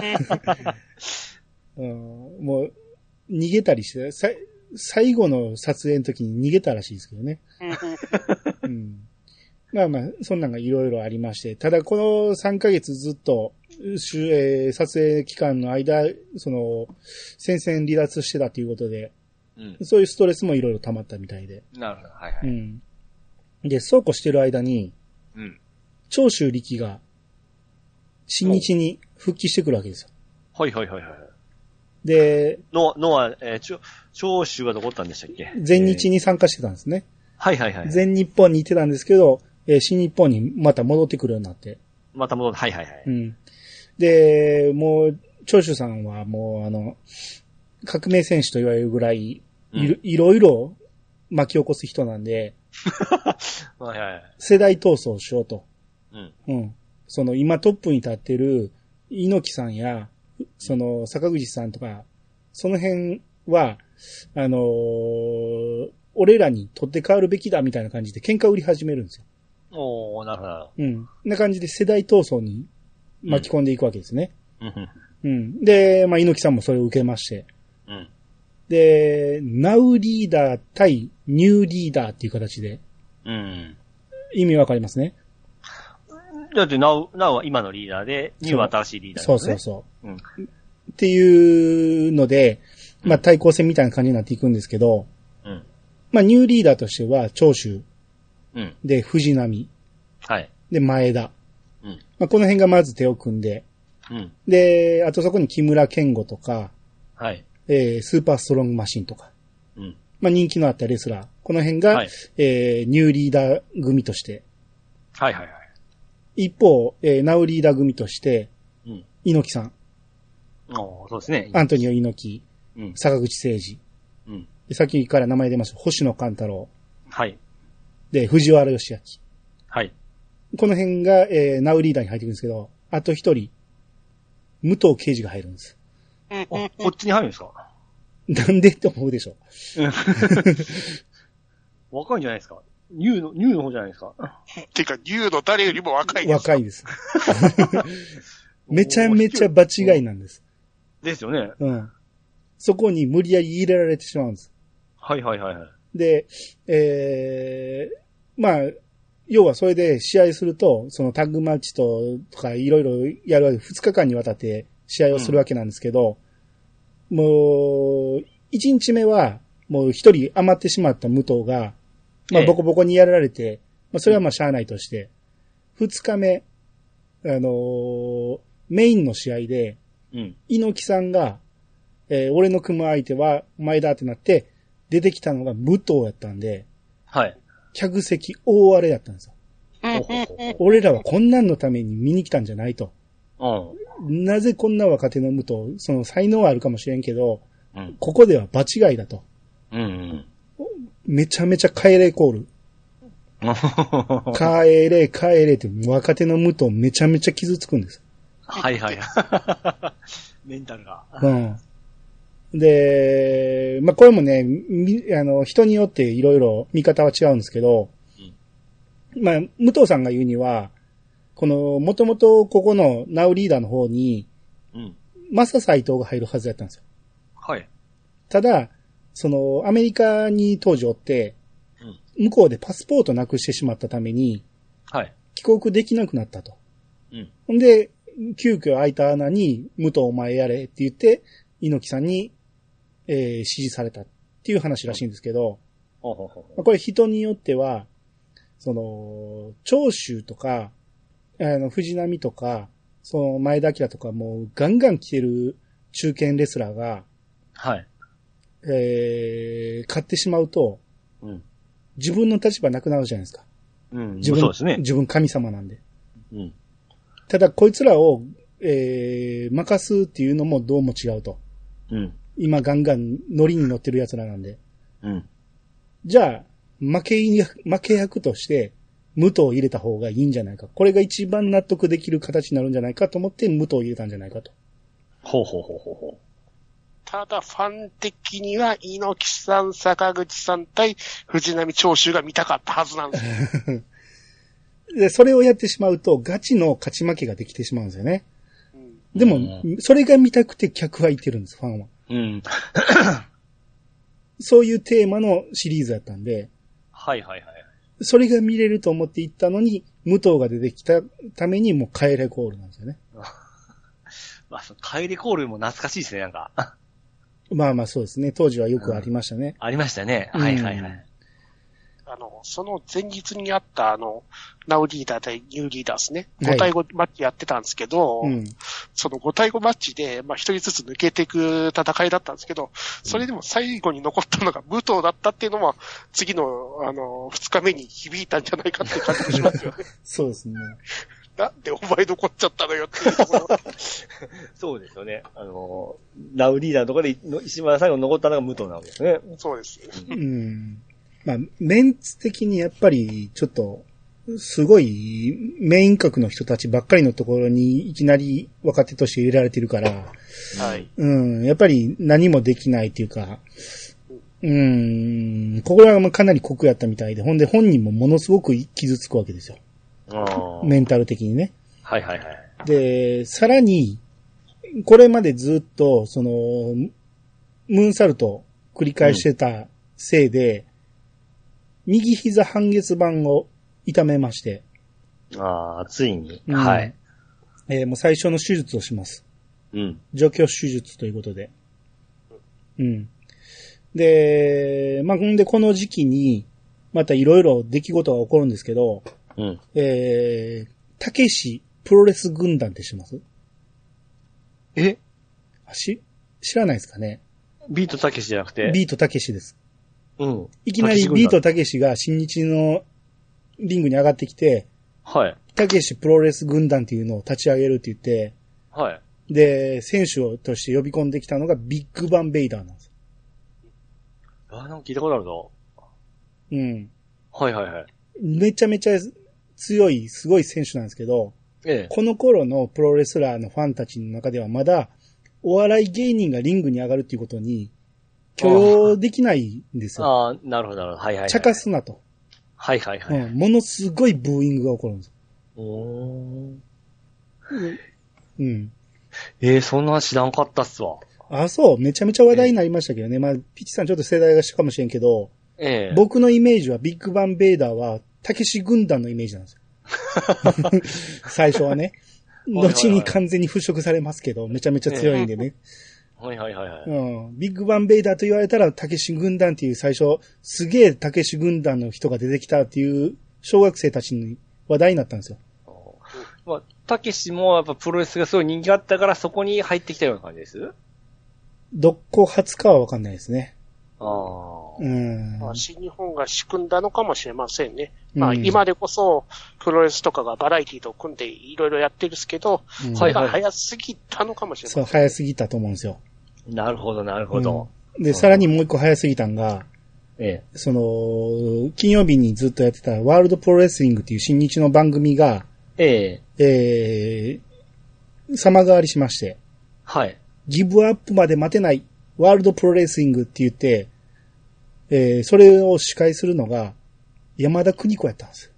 うん、もう、逃げたりして、さ最後の撮影の時に逃げたらしいですけどね。うん、まあまあ、そんなんがいろいろありまして、ただこのさんかげつずっと、えー、撮影期間の間、その、戦線離脱してたということで、うん、そういうストレスもいろいろ溜まったみたいで。 なるほど、はいはい。うん、 で、そうこうしてる間に、うん、長州力が、新日に復帰してくるわけですよ。 はいはいはいはい。 で、 の、のは、えー、ちょ、長州はどこおったんでしたっけ？ 全日に参加してたんですね。 えー、はいはいはい。 全日本に行ってたんですけど、えー、新日本にまた戻ってくるようになって。 また戻って、はいはいはい。 うん。で、もう、長州さんはもうあの、革命戦士と言われるぐらい、い, いろいろ巻き起こす人なんで、 はいはい、 世代闘争をしようと。 うん。 うん。その今トップに立ってる猪木さんや、その坂口さんとか、その辺は、あのー、俺らに取って代わるべきだみたいな感じで喧嘩売り始めるんですよ。 おー、なるほど。 うん。な感じで世代闘争に巻き込んでいくわけですね。うん。うん。で、まあ、猪木さんもそれを受けまして。うん。で、ナウリーダー対ニューリーダーっていう形で。 うん。 意味わかりますね。 だって、ナウ、ナウは今のリーダーで、ニューは新しいリーダーですね。そうそうそう。うん。っていうので、まあ、対抗戦みたいな感じになっていくんですけど、うん。まあ、ニューリーダーとしては、長州。うん。で、藤波。 はい。 で、前田。 うん。 まあ、この辺がまず手を組んで、うん。で、あとそこに木村健吾とか、 はい。 えー、スーパーストロングマシンとか。 うん。 まあ、人気のあったレスラー。この辺が、はい、えー、ニューリーダー組として。 はいはいはい。 一方、えー、ナウリーダー組として、うん。猪木さん。 ああ、そうですね。 アントニオ猪木、うん、坂口誠二、うん、でさっきから名前出ました、星野勘太郎。 はい。 で、藤原義明。 はい。 この辺が、えー、ナウリーダーに入ってくるんですけど、あと一人、武藤敬司が入るんです。 あ、こっちに入るんですか？ なんでって思うでしょ。 若いんじゃないですか？ニューの、ニューの方じゃないですか？ てか、ニューの誰よりも若いです。 若いです。めちゃめちゃ場違いなんです。 ですよね。 うん。そこに無理やり入れられてしまうんです。 はいはいはいはい。 で、えー、まあ、要はそれで試合すると、そのタッグマッチと、とかいろいろやるわけ、ふつかかんにわたって試合をするわけなんですけど、うん、もう、いちにちめは、もう一人余ってしまった武藤が、まあボコボコにやられて、ええ、まあそれはまあしゃあないとして、ふつかめ、あのー、メインの試合で、うん、猪木さんが、えー、俺の組む相手は前田ってなって、出てきたのが武藤やったんで、 はい。 客席大荒れやったんですよ。俺らはこんなんのために見に来たんじゃないと。うん、なぜこんな若手の武藤、その才能はあるかもしれんけど、うん、ここでは場違いだと。うんうん、めちゃめちゃ帰れコール。帰れ帰れって若手の武藤めちゃめちゃ傷つくんです。 はいはい。メンタルが。 うん。で、まあ、これもね、あの、人によっていろいろ見方は違うんですけど、うん、まあ、武藤さんが言うには、この、もともとここのナウリーダーの方に、うん、マサ斎藤が入るはずやったんですよ。 はい。 ただ、その、アメリカに当時おって、うん、向こうでパスポートなくしてしまったために、 はい。 帰国できなくなったと。うん。んで、急遽空いた穴に、武藤お前やれって言って、猪木さんに、えー、指示されたっていう話らしいんですけど、うん、これ人によっては、その、長州とか、あの、藤波とか、その前田明とかもうガンガン来てる中堅レスラーが、 はい。 えー、勝ってしまうと、うん、自分の立場なくなるじゃないですか。うん、自分、そうですね。自分神様なんで。うん。ただ、こいつらを、えー、任すっていうのもどうも違うと。うん。今ガンガンノリに乗ってる奴らなんで。うん。じゃあ、負け、負け役として、武藤を入れた方がいいんじゃないか。これが一番納得できる形になるんじゃないかと思って、武藤を入れたんじゃないかと。 ほうほうほうほうほう。 ただ、ファン的には、猪木さん、坂口さん対藤波長州が見たかったはずなんですよ。 で、それをやってしまうと、ガチの勝ち負けができてしまうんですよね。うん、でも、うん、それが見たくて客は言ってるんです、ファンは。うん、そういうテーマのシリーズだったんで。 はいはいはい。 それが見れると思って行ったのに、武藤が出てきたためにもう帰れコールなんですよね。 まあ、帰れコールも懐かしいですね、なんか。 まあまあそうですね。当時はよくありましたね。 うん、ありましたね。はいはいはい。 あの、その前日にあったあの、ナウリーダー対ニューリーダーですね。ご対ごマッチやってたんですけど、はい、うん、そのご対ごマッチで、まあ一人ずつ抜けていく戦いだったんですけど、それでも最後に残ったのが武藤だったっていうのは、次の、あの、二日目に響いたんじゃないかっていう感じがしますよね。 そうですね。 なんでお前残っちゃったのよっていうところ。 そうですよね。あの、ナウリーダーのところで一番最後に残ったのが武藤なわけですね。 そうです。 うん。まあ、メンツ的にやっぱり、ちょっと、すごい、メイン格の人たちばっかりのところにいきなり若手として入れられてるから、はい。うん、やっぱり何もできないっていうか、うん、ここらはかなり酷やったみたいで、ほんで本人もものすごく傷つくわけですよ。メンタル的にね。 はいはいはい。 で、さらに、これまでずっと、その、ムーンサルト繰り返してたせいで、うん右膝半月板を痛めまして。 ああ、ついに。うん、はい。 えー、もう最初の手術をします。うん。除去手術ということで。うん。で、まあ、ほんでこの時期に、またいろいろ出来事が起こるんですけど、うん。えー、たけしプロレス軍団って知ってます？ え？ し、知らないですかね？ ビートたけしじゃなくて？ ビートたけしです。 うん。 いきなりビートたけしが新日のリングに上がってきて、 はい。 たけしプロレス軍団っていうのを立ち上げるって言って、 はい。 で、選手をとして呼び込んできたのがビッグバンベイダーなんです。 あ、なんか聞いたことあるぞ。 うん。 はいはいはい。 めちゃめちゃ強い、すごい選手なんですけど、ええ、この頃のプロレスラーのファンたちの中ではまだ、お笑い芸人がリングに上がるっていうことに、許容できないんですよ。 ああ、なるほどなるほど。はいはい、はい。 茶化すなと。 はいはいはい、 うん。ものすごいブーイングが起こるんです。 おー。 うん。 ええー、そんな知らんかったっすわ。 あ、そう。めちゃめちゃ話題になりましたけどね。えー、まあ、ピチさんちょっと世代が下かもしれんけど、えー、僕のイメージはビッグバンベイダーは、たけし軍団のイメージなんですよ。最初はね。後に完全に払拭されますけど、めちゃめちゃ強いんでね。 はいはいはいはい。 うん。ビッグバンベイダーと言われたら、たけし軍団っていう最初、すげえたけし軍団の人が出てきたっていう小学生たちに話題になったんですよ。 まあ、たけしもやっぱプロレスがすごい人気あったからそこに入ってきたような感じです？ どこ初かはわかんないですね。 ああ。 うん。 まあ、新日本が仕組んだのかもしれませんね。まあ、今でこそ、プロレスとかがバラエティと組んでいろいろやってるんですけど、うん、それが早すぎたのかもしれません、ね。 そう、早すぎたと思うんですよ。 なるほど、なるほど。 うん、で、さらにもう一個早すぎたんが、ええ、その、金曜日にずっとやってたワールドプロレスリングっていう新日の番組が、ええ、えー、様変わりしまして、はい。ギブアップまで待てないワールドプロレスリングって言って、えー、それを司会するのが山田邦子やったんですよ。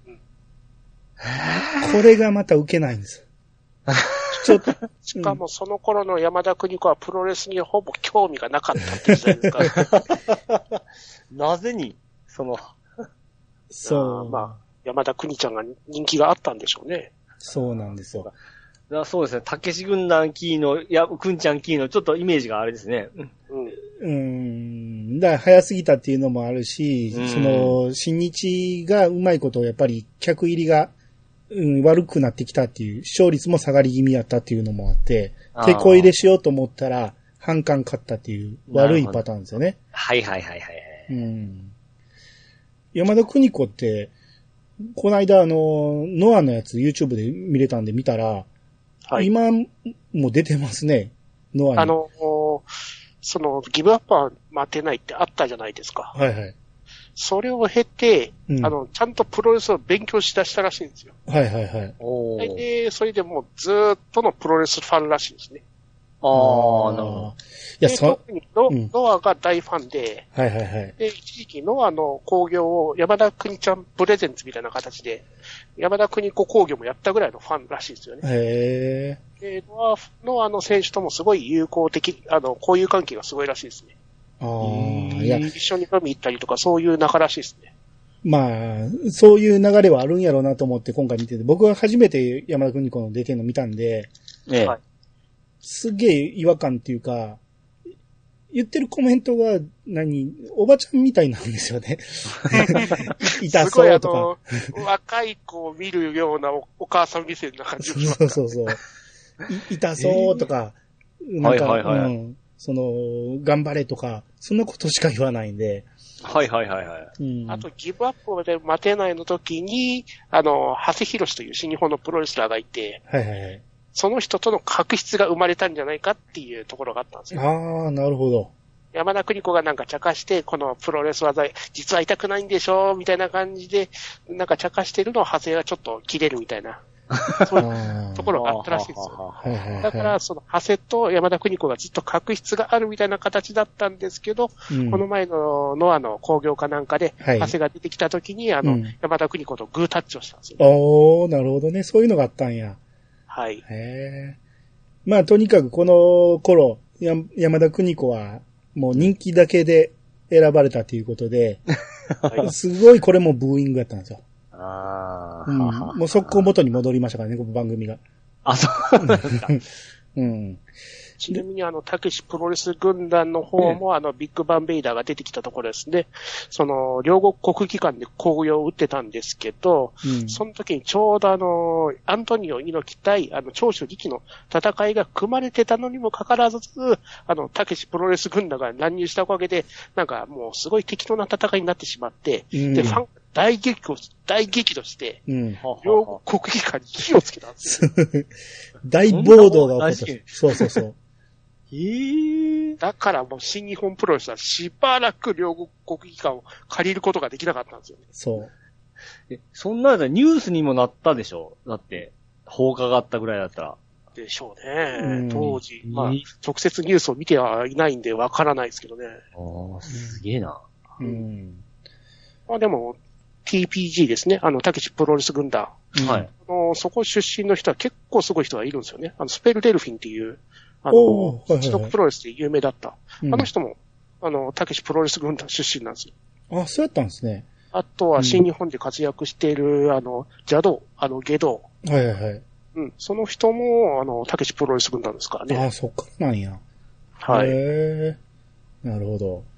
これがまた受けないんです。 ちょっと、しかもその頃の山田邦子はプロレスにほぼ興味がなかったって時代ですか。 なぜに、その、 そう。 まあ、山田邦ちゃんが人気があったんでしょうね。 そうなんですよ。 だそうですね。たけし軍団キーの、いや、くんちゃんキーのちょっとイメージがあれですね。うん。 うん。だから早すぎたっていうのもあるし、うん、その、新日がうまいことをやっぱり客入りが、うん、悪くなってきたっていう、視聴率も下がり気味やったっていうのもあって、手こ入れしようと思ったら、反感買ったっていう悪いパターンですよね。 はいはいはいはい。 うん。山田邦子って、この間あの、ノアのやつ YouTube で見れたんで見たら、はい、今も出てますね、ノアに。 あの、その、ギブアップは待てないってあったじゃないですか。 はいはい。 それを経て、うん、あの、ちゃんとプロレスを勉強しだしたらしいんですよ。 はいはいはい。 おで、それでもうずーっとのプロレスファンらしいんですね。 ああ、なるほど。 いや、そ特にノ、うん、ノアが大ファンで、 はいはいはい。 で、一時期ノアの興行を山田邦ちゃんプレゼンツみたいな形で、山田邦子興行もやったぐらいのファンらしいですよね。 へー。で、ノア、ノアの選手ともすごい友好的、あの、交友関係がすごいらしいですね。 ああ、いや。 一緒に飲み行ったりとか、そういう仲らしいですね。 まあ、そういう流れはあるんやろうなと思って今回見てて、僕は初めて山田邦子の出てるの見たんで、ね、はい、すげえ違和感っていうか、言ってるコメントが何、おばちゃんみたいなんですよね。痛そうとか。 すごいあの、若い子を見るような お, お母さん目線な感じ。 そうそうそう。痛そうとか、えー、なんか、はいはいはい、うん、その、頑張れとか、そんなことしか言わないんで。 はいはいはいはい。 うん、あと、ギブアップで待てないの時に、あの、長谷博士という新日本のプロレスラーがいて、 はいはいはい。 その人との確執が生まれたんじゃないかっていうところがあったんですよ。 ああ、なるほど。 山田邦子がなんか茶化して、このプロレス技、実は痛くないんでしょみたいな感じで、なんか茶化してるのを長谷がちょっと切れるみたいな、そういうところがあったらしいですよ。だから、その長谷と山田邦子がずっと確執があるみたいな形だったんですけど、うん、この前のノアの興行かなんかで、はい、長谷が出てきた時に、あの、うん、山田邦子とグータッチをしたんですよ、ね。 おー、なるほどね。そういうのがあったんや。 はい。 へー。まあ、とにかくこの頃、や山田邦子は、もう人気だけで選ばれたということで、はい、すごいこれもブーイングだったんですよ。 あうん、もう速攻元に戻りましたからね、この番組が。 あ、そうなんですか。 うん。 ちなみにあの、たけしプロレス軍団の方も、うん、あの、ビッグバンベイダーが出てきたところですね。その、両国国技館で興行を打ってたんですけど、うん、その時にちょうどあの、アントニオ猪木対、あの、長州力の戦いが組まれてたのにもかかわらず、あの、たけしプロレス軍団が乱入したおかげで、なんかもうすごい適当な戦いになってしまって、うん、で、ファン、 大激怒、大激怒して、うん、両国国技館に火をつけたんですよ。 大暴動が起こった。そうそうそう。 えー、だからもう新日本プロレスはしばらく両国国技館を借りることができなかったんですよね。 そう。 え、そんなやつニュースにもなったでしょ？だって、放火があったぐらいだったら。 でしょうね。当時。まあ、直接ニュースを見てはいないんでわからないですけどね。 ああ、すげえな。 うん。まあでも、ティーピージー ですね。あの、たけしプロレス軍団。はい。あの、そこ出身の人は結構すごい人がいるんですよね。あの、スペルデルフィンっていう、あの、一族プロレスで有名だった。うん、あの人も、あの、たけしプロレス軍団出身なんですよ。 あ、そうやったんですね。 あとは新日本で活躍している、あの、邪道、あの、下道。 はいはいはい。 うん。その人も、あの、たけしプロレス軍団ですからね。 あ、そっかなんや。 はい。 へー。なるほど。